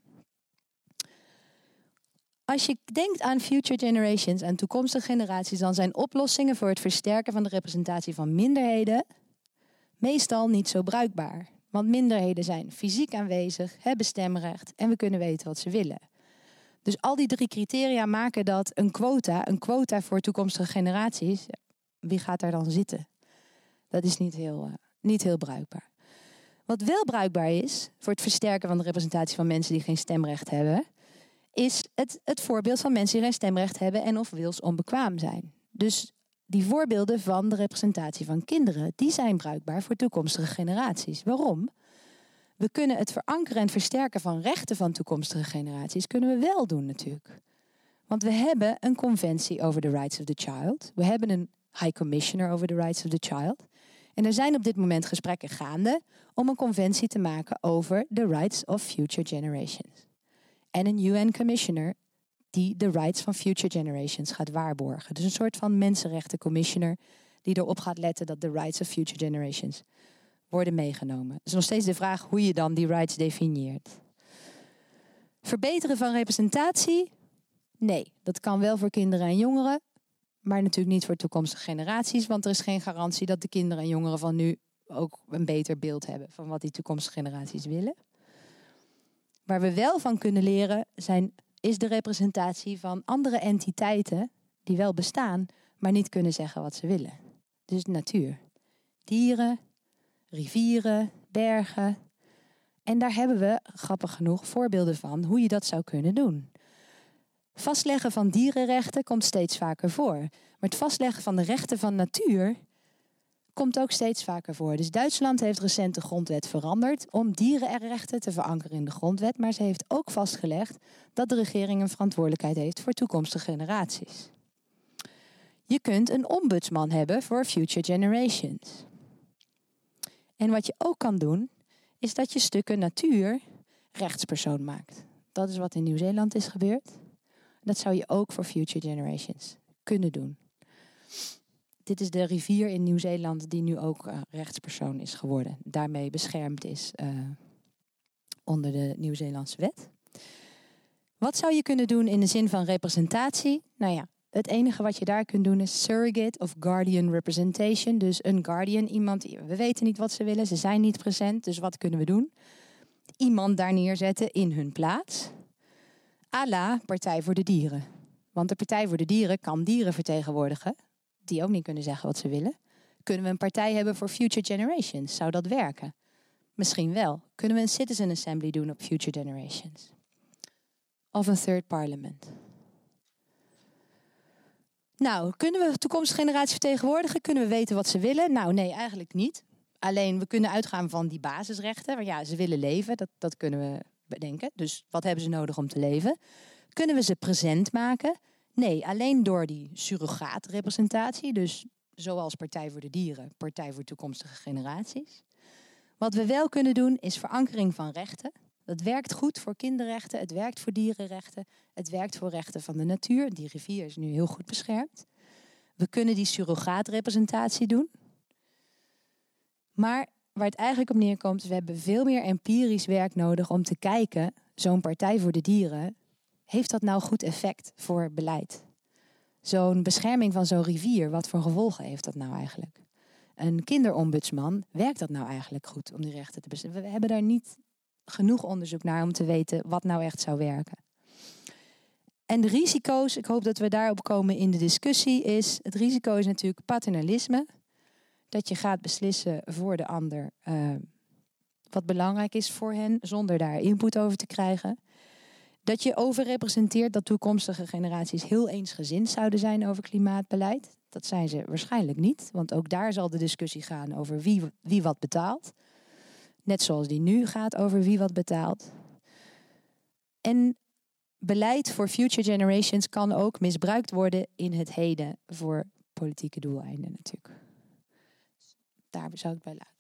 Als je denkt aan future generations en toekomstige generaties, dan zijn oplossingen voor het versterken van de representatie van minderheden meestal niet zo bruikbaar. Want minderheden zijn fysiek aanwezig, hebben stemrecht en we kunnen weten wat ze willen. Dus al die 3 criteria maken dat een quota voor toekomstige generaties, wie gaat daar dan zitten? Dat is niet heel bruikbaar. Wat wel bruikbaar is voor het versterken van de representatie van mensen die geen stemrecht hebben, is het voorbeeld van mensen die geen stemrecht hebben en of wilsonbekwaam zijn. Dus die voorbeelden van de representatie van kinderen, die zijn bruikbaar voor toekomstige generaties. Waarom? We kunnen het verankeren en versterken van rechten van toekomstige generaties kunnen we wel doen natuurlijk. Want we hebben een conventie over the rights of the child. We hebben een High Commissioner over the rights of the child. En er zijn op dit moment gesprekken gaande om een conventie te maken over the rights of future generations. En een UN Commissioner die de rights van future generations gaat waarborgen. Dus een soort van mensenrechten-commissioner die erop gaat letten dat de rights of future generations worden meegenomen. Dus nog steeds de vraag hoe je dan die rights definieert. Verbeteren van representatie? Nee, dat kan wel voor kinderen en jongeren, maar natuurlijk niet voor toekomstige generaties, want er is geen garantie dat de kinderen en jongeren van nu ook een beter beeld hebben van wat die toekomstige generaties willen. Waar we wel van kunnen leren is de representatie van andere entiteiten die wel bestaan, maar niet kunnen zeggen wat ze willen. Dus de natuur. Dieren, rivieren, bergen. En daar hebben we, grappig genoeg, voorbeelden van hoe je dat zou kunnen doen. Vastleggen van dierenrechten komt steeds vaker voor. Maar het vastleggen van de rechten van natuur komt ook steeds vaker voor. Dus Duitsland heeft recent de grondwet veranderd om dierenrechten te verankeren in de grondwet. Maar ze heeft ook vastgelegd dat de regering een verantwoordelijkheid heeft voor toekomstige generaties. Je kunt een ombudsman hebben voor future generations. En wat je ook kan doen, is dat je stukken natuur rechtspersoon maakt. Dat is wat in Nieuw-Zeeland is gebeurd. Dat zou je ook voor future generations kunnen doen. Dit is de rivier in Nieuw-Zeeland die nu ook rechtspersoon is geworden. Daarmee beschermd is onder de Nieuw-Zeelandse wet. Wat zou je kunnen doen in de zin van representatie? Nou ja, het enige wat je daar kunt doen is surrogate of guardian representation. Dus een guardian, iemand die, we weten niet wat ze willen, ze zijn niet present, dus wat kunnen we doen? Iemand daar neerzetten in hun plaats. À la Partij voor de Dieren. Want de Partij voor de Dieren kan dieren vertegenwoordigen die ook niet kunnen zeggen wat ze willen. Kunnen we een partij hebben voor future generations? Zou dat werken? Misschien wel. Kunnen we een citizen assembly doen op future generations? Of een third parliament? Nou, kunnen we de toekomstige generatie vertegenwoordigen? Kunnen we weten wat ze willen? Nou, nee, eigenlijk niet. Alleen, we kunnen uitgaan van die basisrechten. Want ja, ze willen leven, dat kunnen we bedenken. Dus wat hebben ze nodig om te leven? Kunnen we ze present maken? Nee, alleen door die surrogaatrepresentatie. Dus zoals Partij voor de Dieren, Partij voor Toekomstige Generaties. Wat we wel kunnen doen is verankering van rechten. Dat werkt goed voor kinderrechten, het werkt voor dierenrechten, het werkt voor rechten van de natuur. Die rivier is nu heel goed beschermd. We kunnen die surrogaatrepresentatie doen. Maar waar het eigenlijk op neerkomt, is we hebben veel meer empirisch werk nodig om te kijken, zo'n Partij voor de Dieren, heeft dat nou goed effect voor beleid? Zo'n bescherming van zo'n rivier, wat voor gevolgen heeft dat nou eigenlijk? Een kinderombudsman, werkt dat nou eigenlijk goed om die rechten te beschermen? We hebben daar niet genoeg onderzoek naar om te weten wat nou echt zou werken. En de risico's, ik hoop dat we daarop komen in de discussie, is het risico is natuurlijk paternalisme. Dat je gaat beslissen voor de ander wat belangrijk is voor hen, zonder daar input over te krijgen. Dat je overrepresenteert dat toekomstige generaties heel eensgezind zouden zijn over klimaatbeleid. Dat zijn ze waarschijnlijk niet. Want ook daar zal de discussie gaan over wie wat betaalt. Net zoals die nu gaat over wie wat betaalt. En beleid voor future generations kan ook misbruikt worden in het heden voor politieke doeleinden natuurlijk. Daar zou ik het bij laten.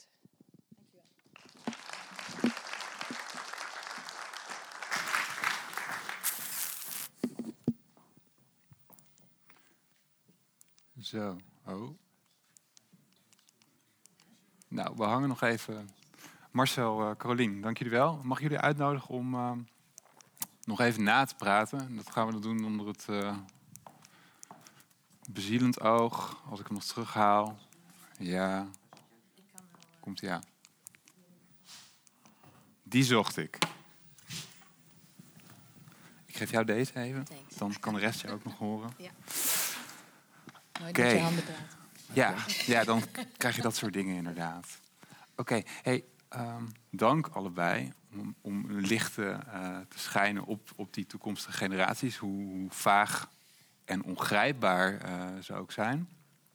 Zo, Nou, we hangen nog even. Marcel, Carolien, dank jullie wel. Mag ik jullie uitnodigen om nog even na te praten? Dat gaan we dan doen onder het bezielend oog. Als ik hem nog terughaal. Ja. Komt hij aan. Die zocht ik. Ik geef jou deze even. Thanks. Dan kan de rest je ook nog horen. Ja. Oké. Ja, dan krijg je dat soort dingen inderdaad. Oké, hey, dank allebei om licht te schijnen op die toekomstige generaties. Hoe vaag en ongrijpbaar ze ook zijn.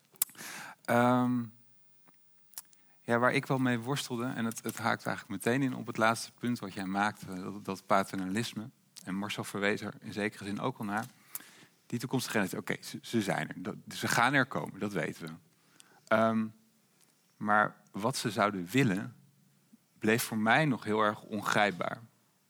Waar ik wel mee worstelde, en het haakt eigenlijk meteen in op het laatste punt wat jij maakte, dat paternalisme. En Marcel verwees er in zekere zin ook al naar. Die toekomstige generaties, ze zijn er. Ze gaan er komen, dat weten we. Maar wat ze zouden willen, bleef voor mij nog heel erg ongrijpbaar.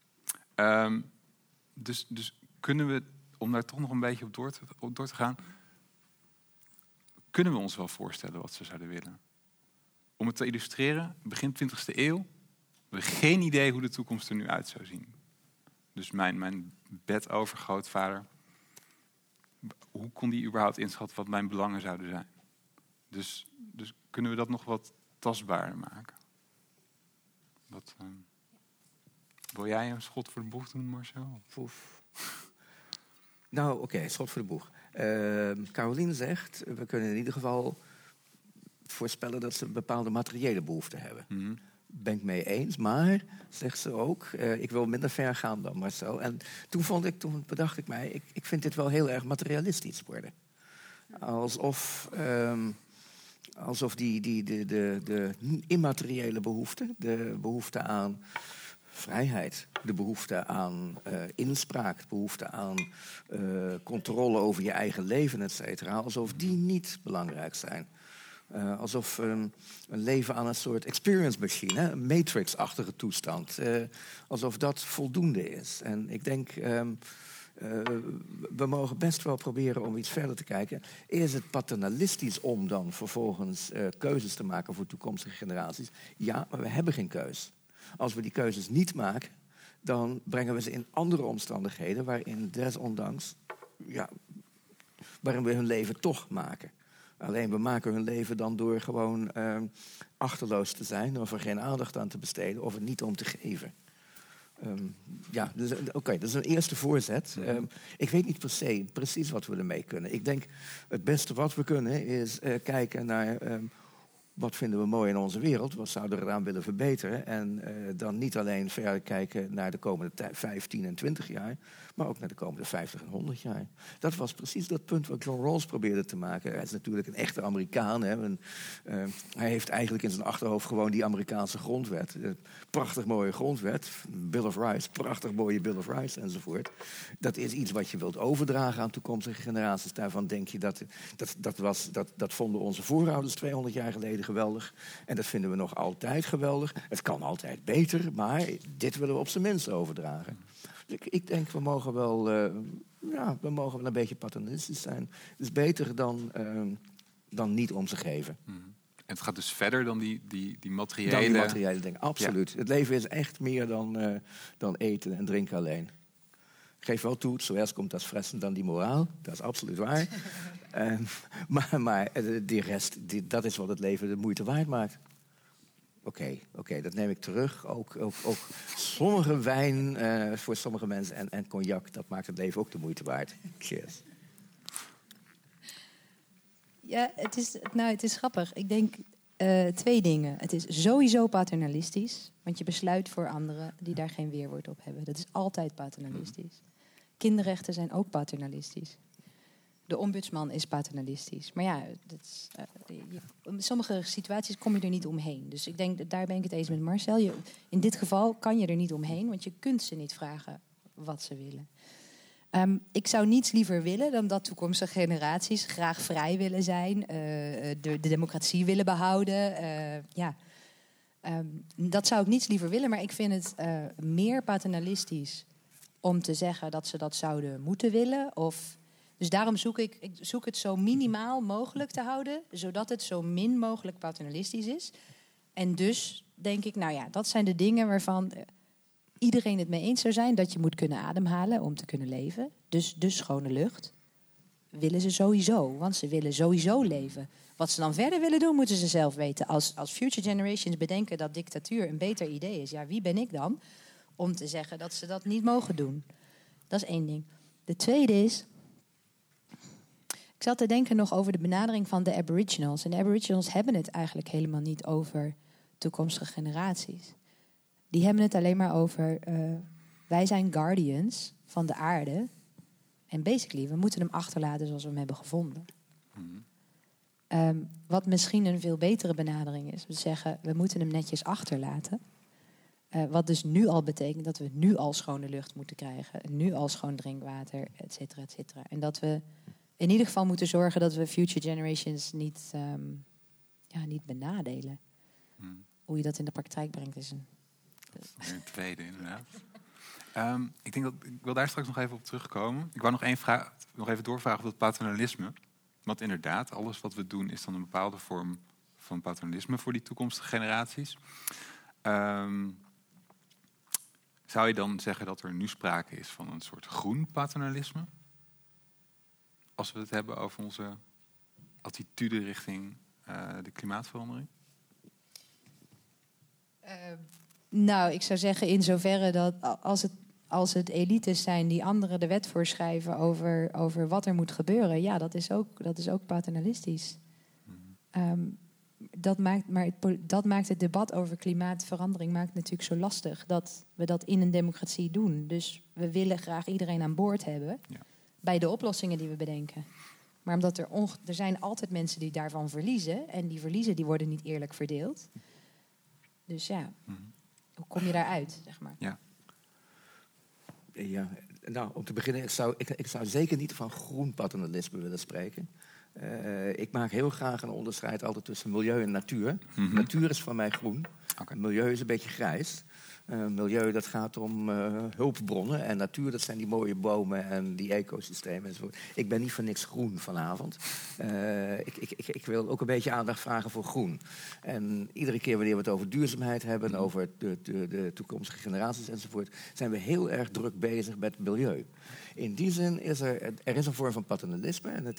Dus kunnen we, om daar toch nog een beetje op door te gaan, kunnen we ons wel voorstellen wat ze zouden willen? Om het te illustreren, begin 20e eeuw, we hebben geen idee hoe de toekomst er nu uit zou zien. Dus mijn bedovergrootvader, hoe kon die überhaupt inschatten wat mijn belangen zouden zijn? Dus kunnen we dat nog wat tastbaarder maken? Wil jij een schot voor de boeg doen, Marcel? Nou, oké, schot voor de boeg. Caroline zegt, we kunnen in ieder geval voorspellen dat ze een bepaalde materiële behoeften hebben. Mm-hmm. Ben ik mee eens, maar, zegt ze ook, ik wil minder ver gaan dan Marcel. En toen bedacht ik mij, ik vind dit wel heel erg materialistisch worden. Alsof de immateriële behoeften, de behoefte aan vrijheid, de behoefte aan inspraak, de behoefte aan controle over je eigen leven, et cetera, alsof die niet belangrijk zijn. Alsof een leven aan een soort experience machine, een Matrix-achtige toestand, alsof dat voldoende is. En ik denk, we mogen best wel proberen om iets verder te kijken. Is het paternalistisch om dan vervolgens keuzes te maken voor toekomstige generaties? Ja, maar we hebben geen keus. Als we die keuzes niet maken, dan brengen we ze in andere omstandigheden waarin desondanks, waarin we hun leven toch maken. Alleen we maken hun leven dan door gewoon achterloos te zijn, of er geen aandacht aan te besteden, of er niet om te geven. Dat is een eerste voorzet. Ik weet niet precies wat we ermee kunnen. Ik denk het beste wat we kunnen is kijken naar wat vinden we mooi in onze wereld, wat zouden we eraan willen verbeteren. En dan niet alleen verder kijken naar de komende 15 en 20 jaar, maar ook naar de komende 50 en 100 jaar. Dat was precies dat punt wat John Rawls probeerde te maken. Hij is natuurlijk een echte Amerikaan. Hè? Hij heeft eigenlijk in zijn achterhoofd gewoon die Amerikaanse grondwet. Prachtig mooie grondwet, Bill of Rights, prachtig mooie Bill of Rights enzovoort. Dat is iets wat je wilt overdragen aan toekomstige generaties. Daarvan denk je dat vonden onze voorouders 200 jaar geleden geweldig. En dat vinden we nog altijd geweldig. Het kan altijd beter, maar dit willen we op zijn minst overdragen. Ik denk, we mogen wel een beetje paternalistisch zijn. Het is beter dan niet om ze geven. En het gaat dus verder dan die materiële... Dan die materiële dingen, absoluut. Ja. Het leven is echt meer dan eten en drinken alleen. Ik geef wel toe, zoals komt dat fressen dan die moraal. Dat is absoluut waar. Maar die rest, dat is wat het leven de moeite waard maakt. Oké, dat neem ik terug. Ook sommige wijn voor sommige mensen en cognac, dat maakt het leven ook de moeite waard. Cheers. Ja, het is grappig. Ik denk, 2 dingen. Het is sowieso paternalistisch, want je besluit voor anderen die daar geen weerwoord op hebben. Dat is altijd paternalistisch. Kinderrechten zijn ook paternalistisch. De ombudsman is paternalistisch. Maar ja, in sommige situaties kom je er niet omheen. Dus ik denk, daar ben ik het eens met Marcel. In dit geval kan je er niet omheen, want je kunt ze niet vragen wat ze willen. Ik zou niets liever willen dan dat toekomstige generaties graag vrij willen zijn, de democratie willen behouden. Dat zou ik niets liever willen, maar ik vind het meer paternalistisch om te zeggen dat ze dat zouden moeten willen. Dus daarom zoek ik het zo minimaal mogelijk te houden, zodat het zo min mogelijk paternalistisch is. En dus denk ik, nou ja, dat zijn de dingen waarvan iedereen het mee eens zou zijn, dat je moet kunnen ademhalen om te kunnen leven. Dus schone lucht willen ze sowieso, want ze willen sowieso leven. Wat ze dan verder willen doen, moeten ze zelf weten. Als future generations bedenken dat dictatuur een beter idee is, ja, wie ben ik dan om te zeggen dat ze dat niet mogen doen? Dat is 1 ding. De tweede is, ik zat te denken nog over de benadering van de Aboriginals. En de Aboriginals hebben het eigenlijk helemaal niet over toekomstige generaties. Die hebben het alleen maar over, wij zijn guardians van de aarde. En basically, we moeten hem achterlaten zoals we hem hebben gevonden. Wat misschien een veel betere benadering is. We zeggen, we moeten hem netjes achterlaten. Wat dus nu al betekent dat we nu al schone lucht moeten krijgen. Nu al schoon drinkwater, et cetera, et cetera. En dat we in ieder geval moeten zorgen dat we future generations niet benadelen. Hoe je dat in de praktijk brengt is een tweede, inderdaad. Ik wil daar straks nog even op terugkomen. Ik wou nog even doorvragen op dat paternalisme. Want inderdaad, alles wat we doen is dan een bepaalde vorm van paternalisme voor die toekomstige generaties. Zou je dan zeggen dat er nu sprake is van een soort groen paternalisme? Als we het hebben over onze attitude richting de klimaatverandering? Nou, ik zou zeggen in zoverre dat als het elites zijn die anderen de wet voorschrijven over wat er moet gebeuren, ja, dat is ook paternalistisch. Dat maakt het debat over klimaatverandering natuurlijk zo lastig dat we dat in een democratie doen. Dus we willen graag iedereen aan boord hebben bij de oplossingen die we bedenken. Maar omdat er zijn altijd mensen die daarvan verliezen, en die verliezen die worden niet eerlijk verdeeld. Dus ja, hoe kom je daaruit, zeg maar? Ja, nou, om te beginnen, ik zou zeker niet van groen paternalisme willen spreken. Ik maak heel graag een onderscheid altijd tussen milieu en natuur. Natuur is voor mij groen. Milieu is een beetje grijs. Milieu, dat gaat om hulpbronnen. En natuur, dat zijn die mooie bomen en die ecosystemen enzovoort. Ik ben niet voor niks groen vanavond. Ik wil ook een beetje aandacht vragen voor groen. En iedere keer wanneer we het over duurzaamheid hebben, over de toekomstige generaties enzovoort, zijn we heel erg druk bezig met milieu. In die zin is er is een vorm van paternalisme en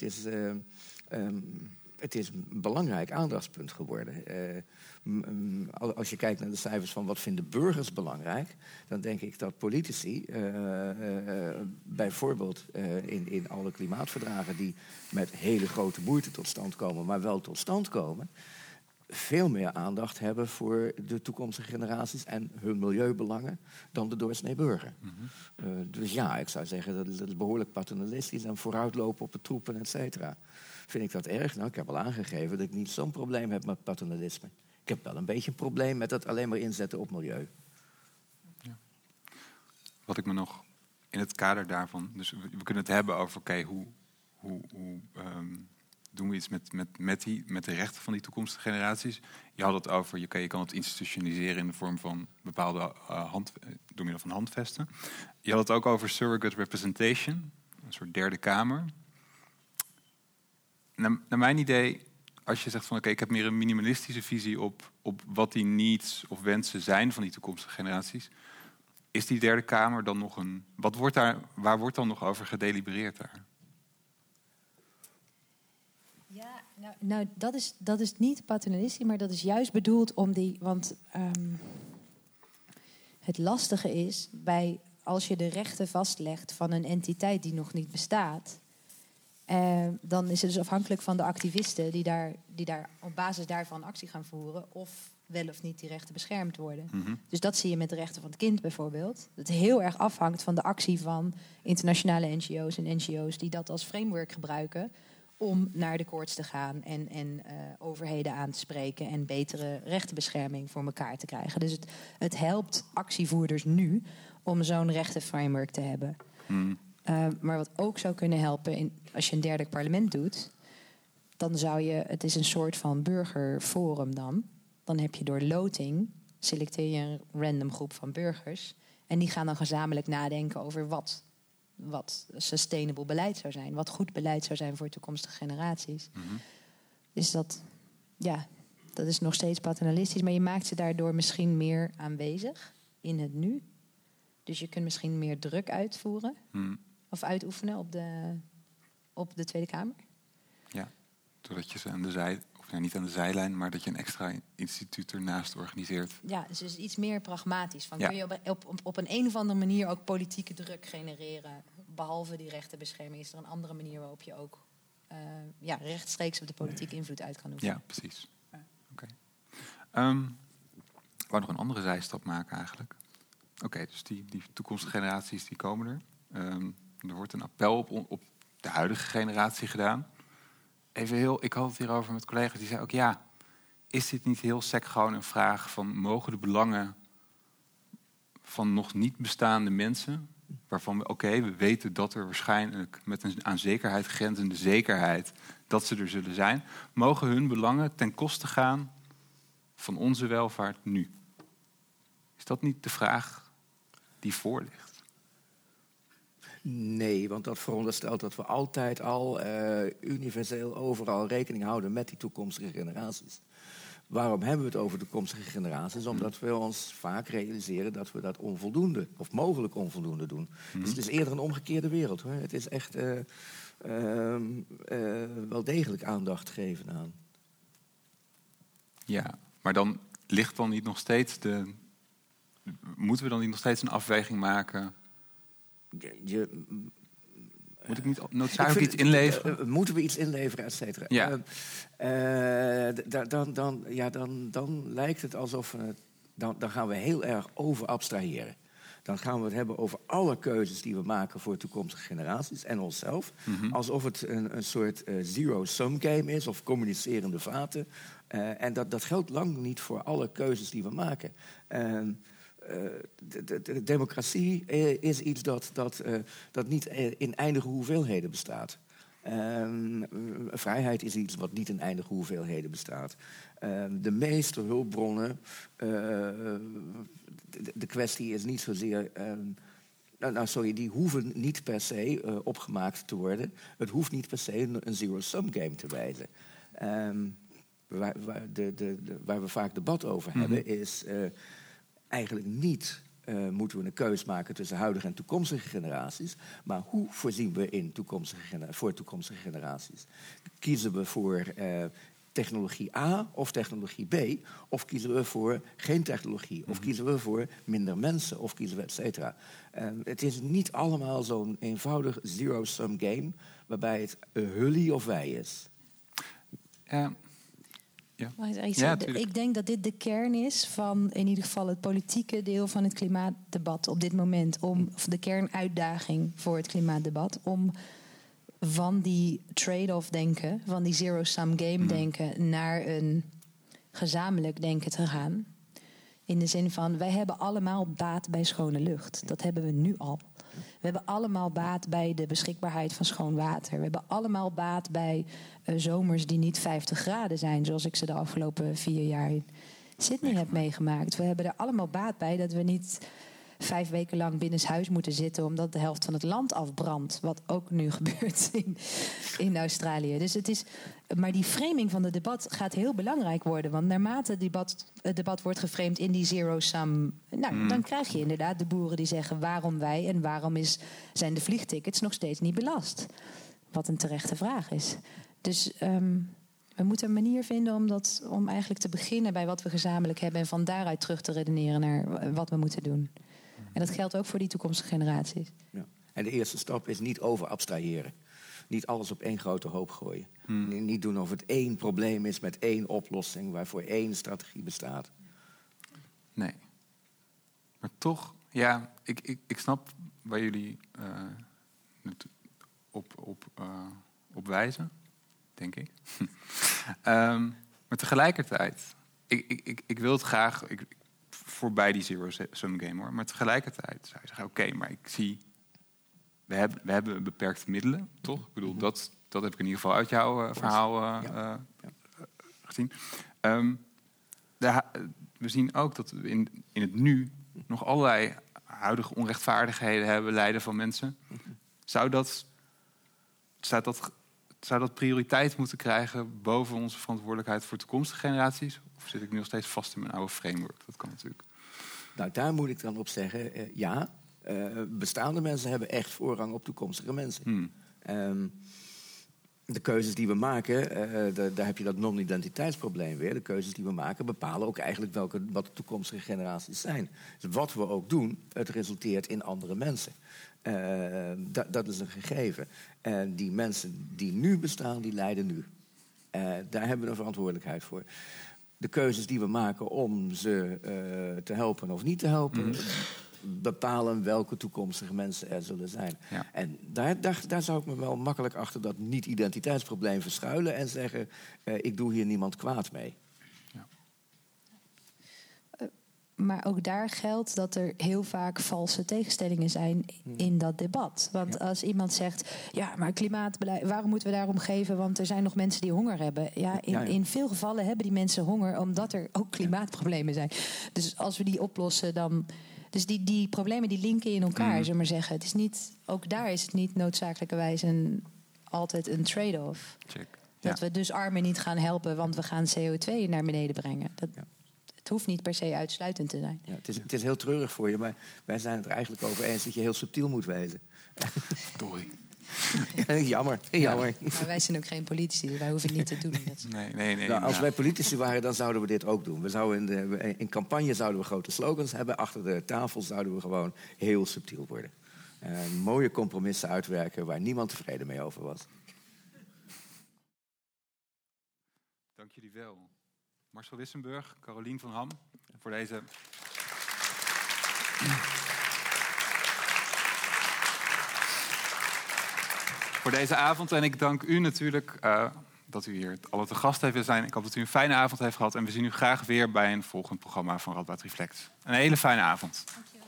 het is een belangrijk aandachtspunt geworden. Als je kijkt naar de cijfers van wat vinden burgers belangrijk, dan denk ik dat politici, bijvoorbeeld in alle klimaatverdragen die met hele grote moeite tot stand komen, maar wel tot stand komen, veel meer aandacht hebben voor de toekomstige generaties en hun milieubelangen dan de doorsnee burger. Dus ja, ik zou zeggen dat is behoorlijk paternalistisch en vooruitlopen op de troepen, et cetera. Vind ik dat erg? Nou, ik heb al aangegeven dat ik niet zo'n probleem heb met paternalisme. Ik heb wel een beetje een probleem met dat alleen maar inzetten op milieu. Ja. Wat ik me nog in het kader daarvan, dus we kunnen het hebben over hoe doen we iets met de rechten van die toekomstige generaties. Je had het over, je kan het institutionaliseren in de vorm van bepaalde door middel van handvesten. Je had het ook over surrogate representation, een soort derde kamer. Naar mijn idee, als je zegt van oké, ik heb meer een minimalistische visie op wat die needs of wensen zijn van die toekomstige generaties, is die derde kamer dan nog een... Waar wordt dan nog over gedelibereerd daar? Ja, nou dat is niet paternalistisch, maar dat is juist bedoeld om die... Want het lastige is, als je de rechten vastlegt van een entiteit die nog niet bestaat, Dan is het dus afhankelijk van de activisten die daar op basis daarvan actie gaan voeren, of wel of niet die rechten beschermd worden. Mm-hmm. Dus dat zie je met de rechten van het kind bijvoorbeeld. Dat het heel erg afhangt van de actie van internationale NGO's en NGO's die dat als framework gebruiken om naar de courts te gaan en overheden aan te spreken en betere rechtenbescherming voor elkaar te krijgen. Dus het helpt actievoerders nu om zo'n rechtenframework te hebben. Maar wat ook zou kunnen helpen, als je een derde parlement doet, dan zou je, het is een soort van burgerforum dan heb je door loting, selecteer je een random groep van burgers en die gaan dan gezamenlijk nadenken over wat sustainable beleid zou zijn, wat goed beleid zou zijn voor toekomstige generaties. Dus dat is nog steeds paternalistisch, maar je maakt ze daardoor misschien meer aanwezig in het nu. Dus je kunt misschien meer druk uitvoeren of uitoefenen op de Tweede Kamer. Ja, doordat je ze aan de niet aan de zijlijn, maar dat je een extra instituut ernaast organiseert. Ja, dus het is iets meer pragmatisch. Ja. Kun je op een of andere manier ook politieke druk genereren? Behalve die rechtenbescherming is er een andere manier waarop je ook rechtstreeks op de politieke invloed uit kan oefenen. Ja, precies. Oké. Ik wou nog een andere zijstap maken eigenlijk. Oké, dus die toekomstige generaties die komen er. Er wordt een appel op de huidige generatie gedaan. Ik had het hierover met collega's die zeiden ook, ja, is dit niet heel sec gewoon een vraag van mogen de belangen van nog niet bestaande mensen, waarvan we weten dat er waarschijnlijk met een aan zekerheid grenzende zekerheid dat ze er zullen zijn, mogen hun belangen ten koste gaan van onze welvaart nu? Is dat niet de vraag die voor ligt? Nee, want dat veronderstelt dat we altijd al universeel overal rekening houden met die toekomstige generaties. Waarom hebben we het over toekomstige generaties? Omdat we ons vaak realiseren dat we dat onvoldoende, of mogelijk onvoldoende doen. Dus het is eerder een omgekeerde wereld, hoor. Het is echt wel degelijk aandacht geven aan. Ja, maar dan ligt dan niet nog steeds moeten we dan niet nog steeds een afweging maken? Moet ik niet noodzakelijk iets inleveren? Moeten we iets inleveren, et cetera? Ja. Dan lijkt het alsof dan gaan we heel erg over abstraheren. Dan gaan we het hebben over alle keuzes die we maken voor toekomstige generaties en onszelf. Alsof het een soort zero-sum game is of communicerende vaten. En dat geldt lang niet voor alle keuzes die we maken. De democratie is iets dat niet in eindige hoeveelheden bestaat. Vrijheid is iets wat niet in eindige hoeveelheden bestaat. De meeste hulpbronnen, de kwestie is niet zozeer die hoeven niet per se opgemaakt te worden. Het hoeft niet per se een zero-sum game te wijzen. Waar we vaak debat over hebben is eigenlijk niet moeten we een keus maken tussen huidige en toekomstige generaties, maar hoe voorzien we voor toekomstige generaties? Kiezen we voor technologie A of technologie B? Of kiezen we voor geen technologie? Of kiezen we voor minder mensen? Of kiezen we et cetera? Het is niet allemaal zo'n eenvoudig zero-sum game waarbij het hullie of wij is. Ik denk dat dit de kern is van in ieder geval het politieke deel van het klimaatdebat op dit moment. Of de kernuitdaging voor het klimaatdebat. Om van die trade-off denken, van die zero-sum game denken, naar een gezamenlijk denken te gaan. In de zin van, wij hebben allemaal baat bij schone lucht. Dat hebben we nu al. We hebben allemaal baat bij de beschikbaarheid van schoon water. We hebben allemaal baat bij zomers die niet 50 graden zijn, zoals ik ze de afgelopen 4 jaar in Sydney heb meegemaakt. We hebben er allemaal baat bij dat we niet 5 weken lang binnenshuis moeten zitten omdat de helft van het land afbrandt. Wat ook nu gebeurt in Australië. Dus maar die framing van het debat gaat heel belangrijk worden. Want naarmate het debat wordt geframed in die zero-sum, dan krijg je inderdaad de boeren die zeggen waarom wij en waarom zijn de vliegtickets nog steeds niet belast. Wat een terechte vraag is. Dus we moeten een manier vinden om eigenlijk te beginnen bij wat we gezamenlijk hebben en van daaruit terug te redeneren naar wat we moeten doen. En dat geldt ook voor die toekomstige generaties. Ja. En de eerste stap is niet over abstraheren. niet alles op één grote hoop gooien. Niet doen of het één probleem is met één oplossing... waarvoor één strategie bestaat. Nee. Maar toch, ja, ik snap waar jullie op wijzen, denk ik. Maar tegelijkertijd, ik wil het graag voorbij die zero-sum game, hoor. Maar tegelijkertijd zou je zeggen, oké, maar ik zie... We hebben beperkte middelen, toch? Ik bedoel, dat heb ik in ieder geval uit jouw verhaal gezien. We zien ook dat we in het nu nog allerlei huidige onrechtvaardigheden hebben, lijden van mensen. Zou dat prioriteit moeten krijgen boven onze verantwoordelijkheid voor toekomstige generaties? Of zit ik nu nog steeds vast in mijn oude framework? Dat kan natuurlijk. Nou, daar moet ik dan op zeggen, ja. Bestaande mensen hebben echt voorrang op toekomstige mensen. De keuzes die we maken, daar heb je dat non-identiteitsprobleem weer. De keuzes die we maken bepalen ook eigenlijk wat de toekomstige generaties zijn. Dus wat we ook doen, het resulteert in andere mensen. Dat is een gegeven. Die mensen die nu bestaan, die lijden nu. Daar hebben we een verantwoordelijkheid voor. De keuzes die we maken om ze te helpen of niet te helpen... bepalen welke toekomstige mensen er zullen zijn. Ja. En daar zou ik me wel makkelijk achter dat niet-identiteitsprobleem verschuilen... en zeggen, ik doe hier niemand kwaad mee. Ja. Maar ook daar geldt dat er heel vaak valse tegenstellingen zijn in dat debat. Want als iemand zegt, ja, maar klimaatbeleid, waarom moeten we daarom geven? Want er zijn nog mensen die honger hebben. In veel gevallen hebben die mensen honger omdat er ook klimaatproblemen zijn. Dus als we die oplossen, dan... Dus die problemen die linken in elkaar, zullen we maar zeggen. Het is niet, ook daar is het niet noodzakelijkerwijs altijd een trade-off. Check. Dat we dus armen niet gaan helpen, want we gaan CO2 naar beneden brengen. Het hoeft niet per se uitsluitend te zijn. Ja, het is heel treurig voor je, maar wij zijn het er eigenlijk over eens dat je heel subtiel moet wezen. Doei. Jammer. Maar wij zijn ook geen politici, dus wij hoeven het niet te doen. Nee. Als wij politici waren, dan zouden we dit ook doen. We zouden in campagne zouden we grote slogans hebben. Achter de tafel zouden we gewoon heel subtiel worden. Mooie compromissen uitwerken waar niemand tevreden mee over was. Dank jullie wel. Marcel Wissenburg, Carolien van Ham, voor deze... voor deze avond. En ik dank u natuurlijk dat u hier alle te gast heeft zijn. Ik hoop dat u een fijne avond heeft gehad. En we zien u graag weer bij een volgend programma van Radboud Reflect. Een hele fijne avond. Dank je.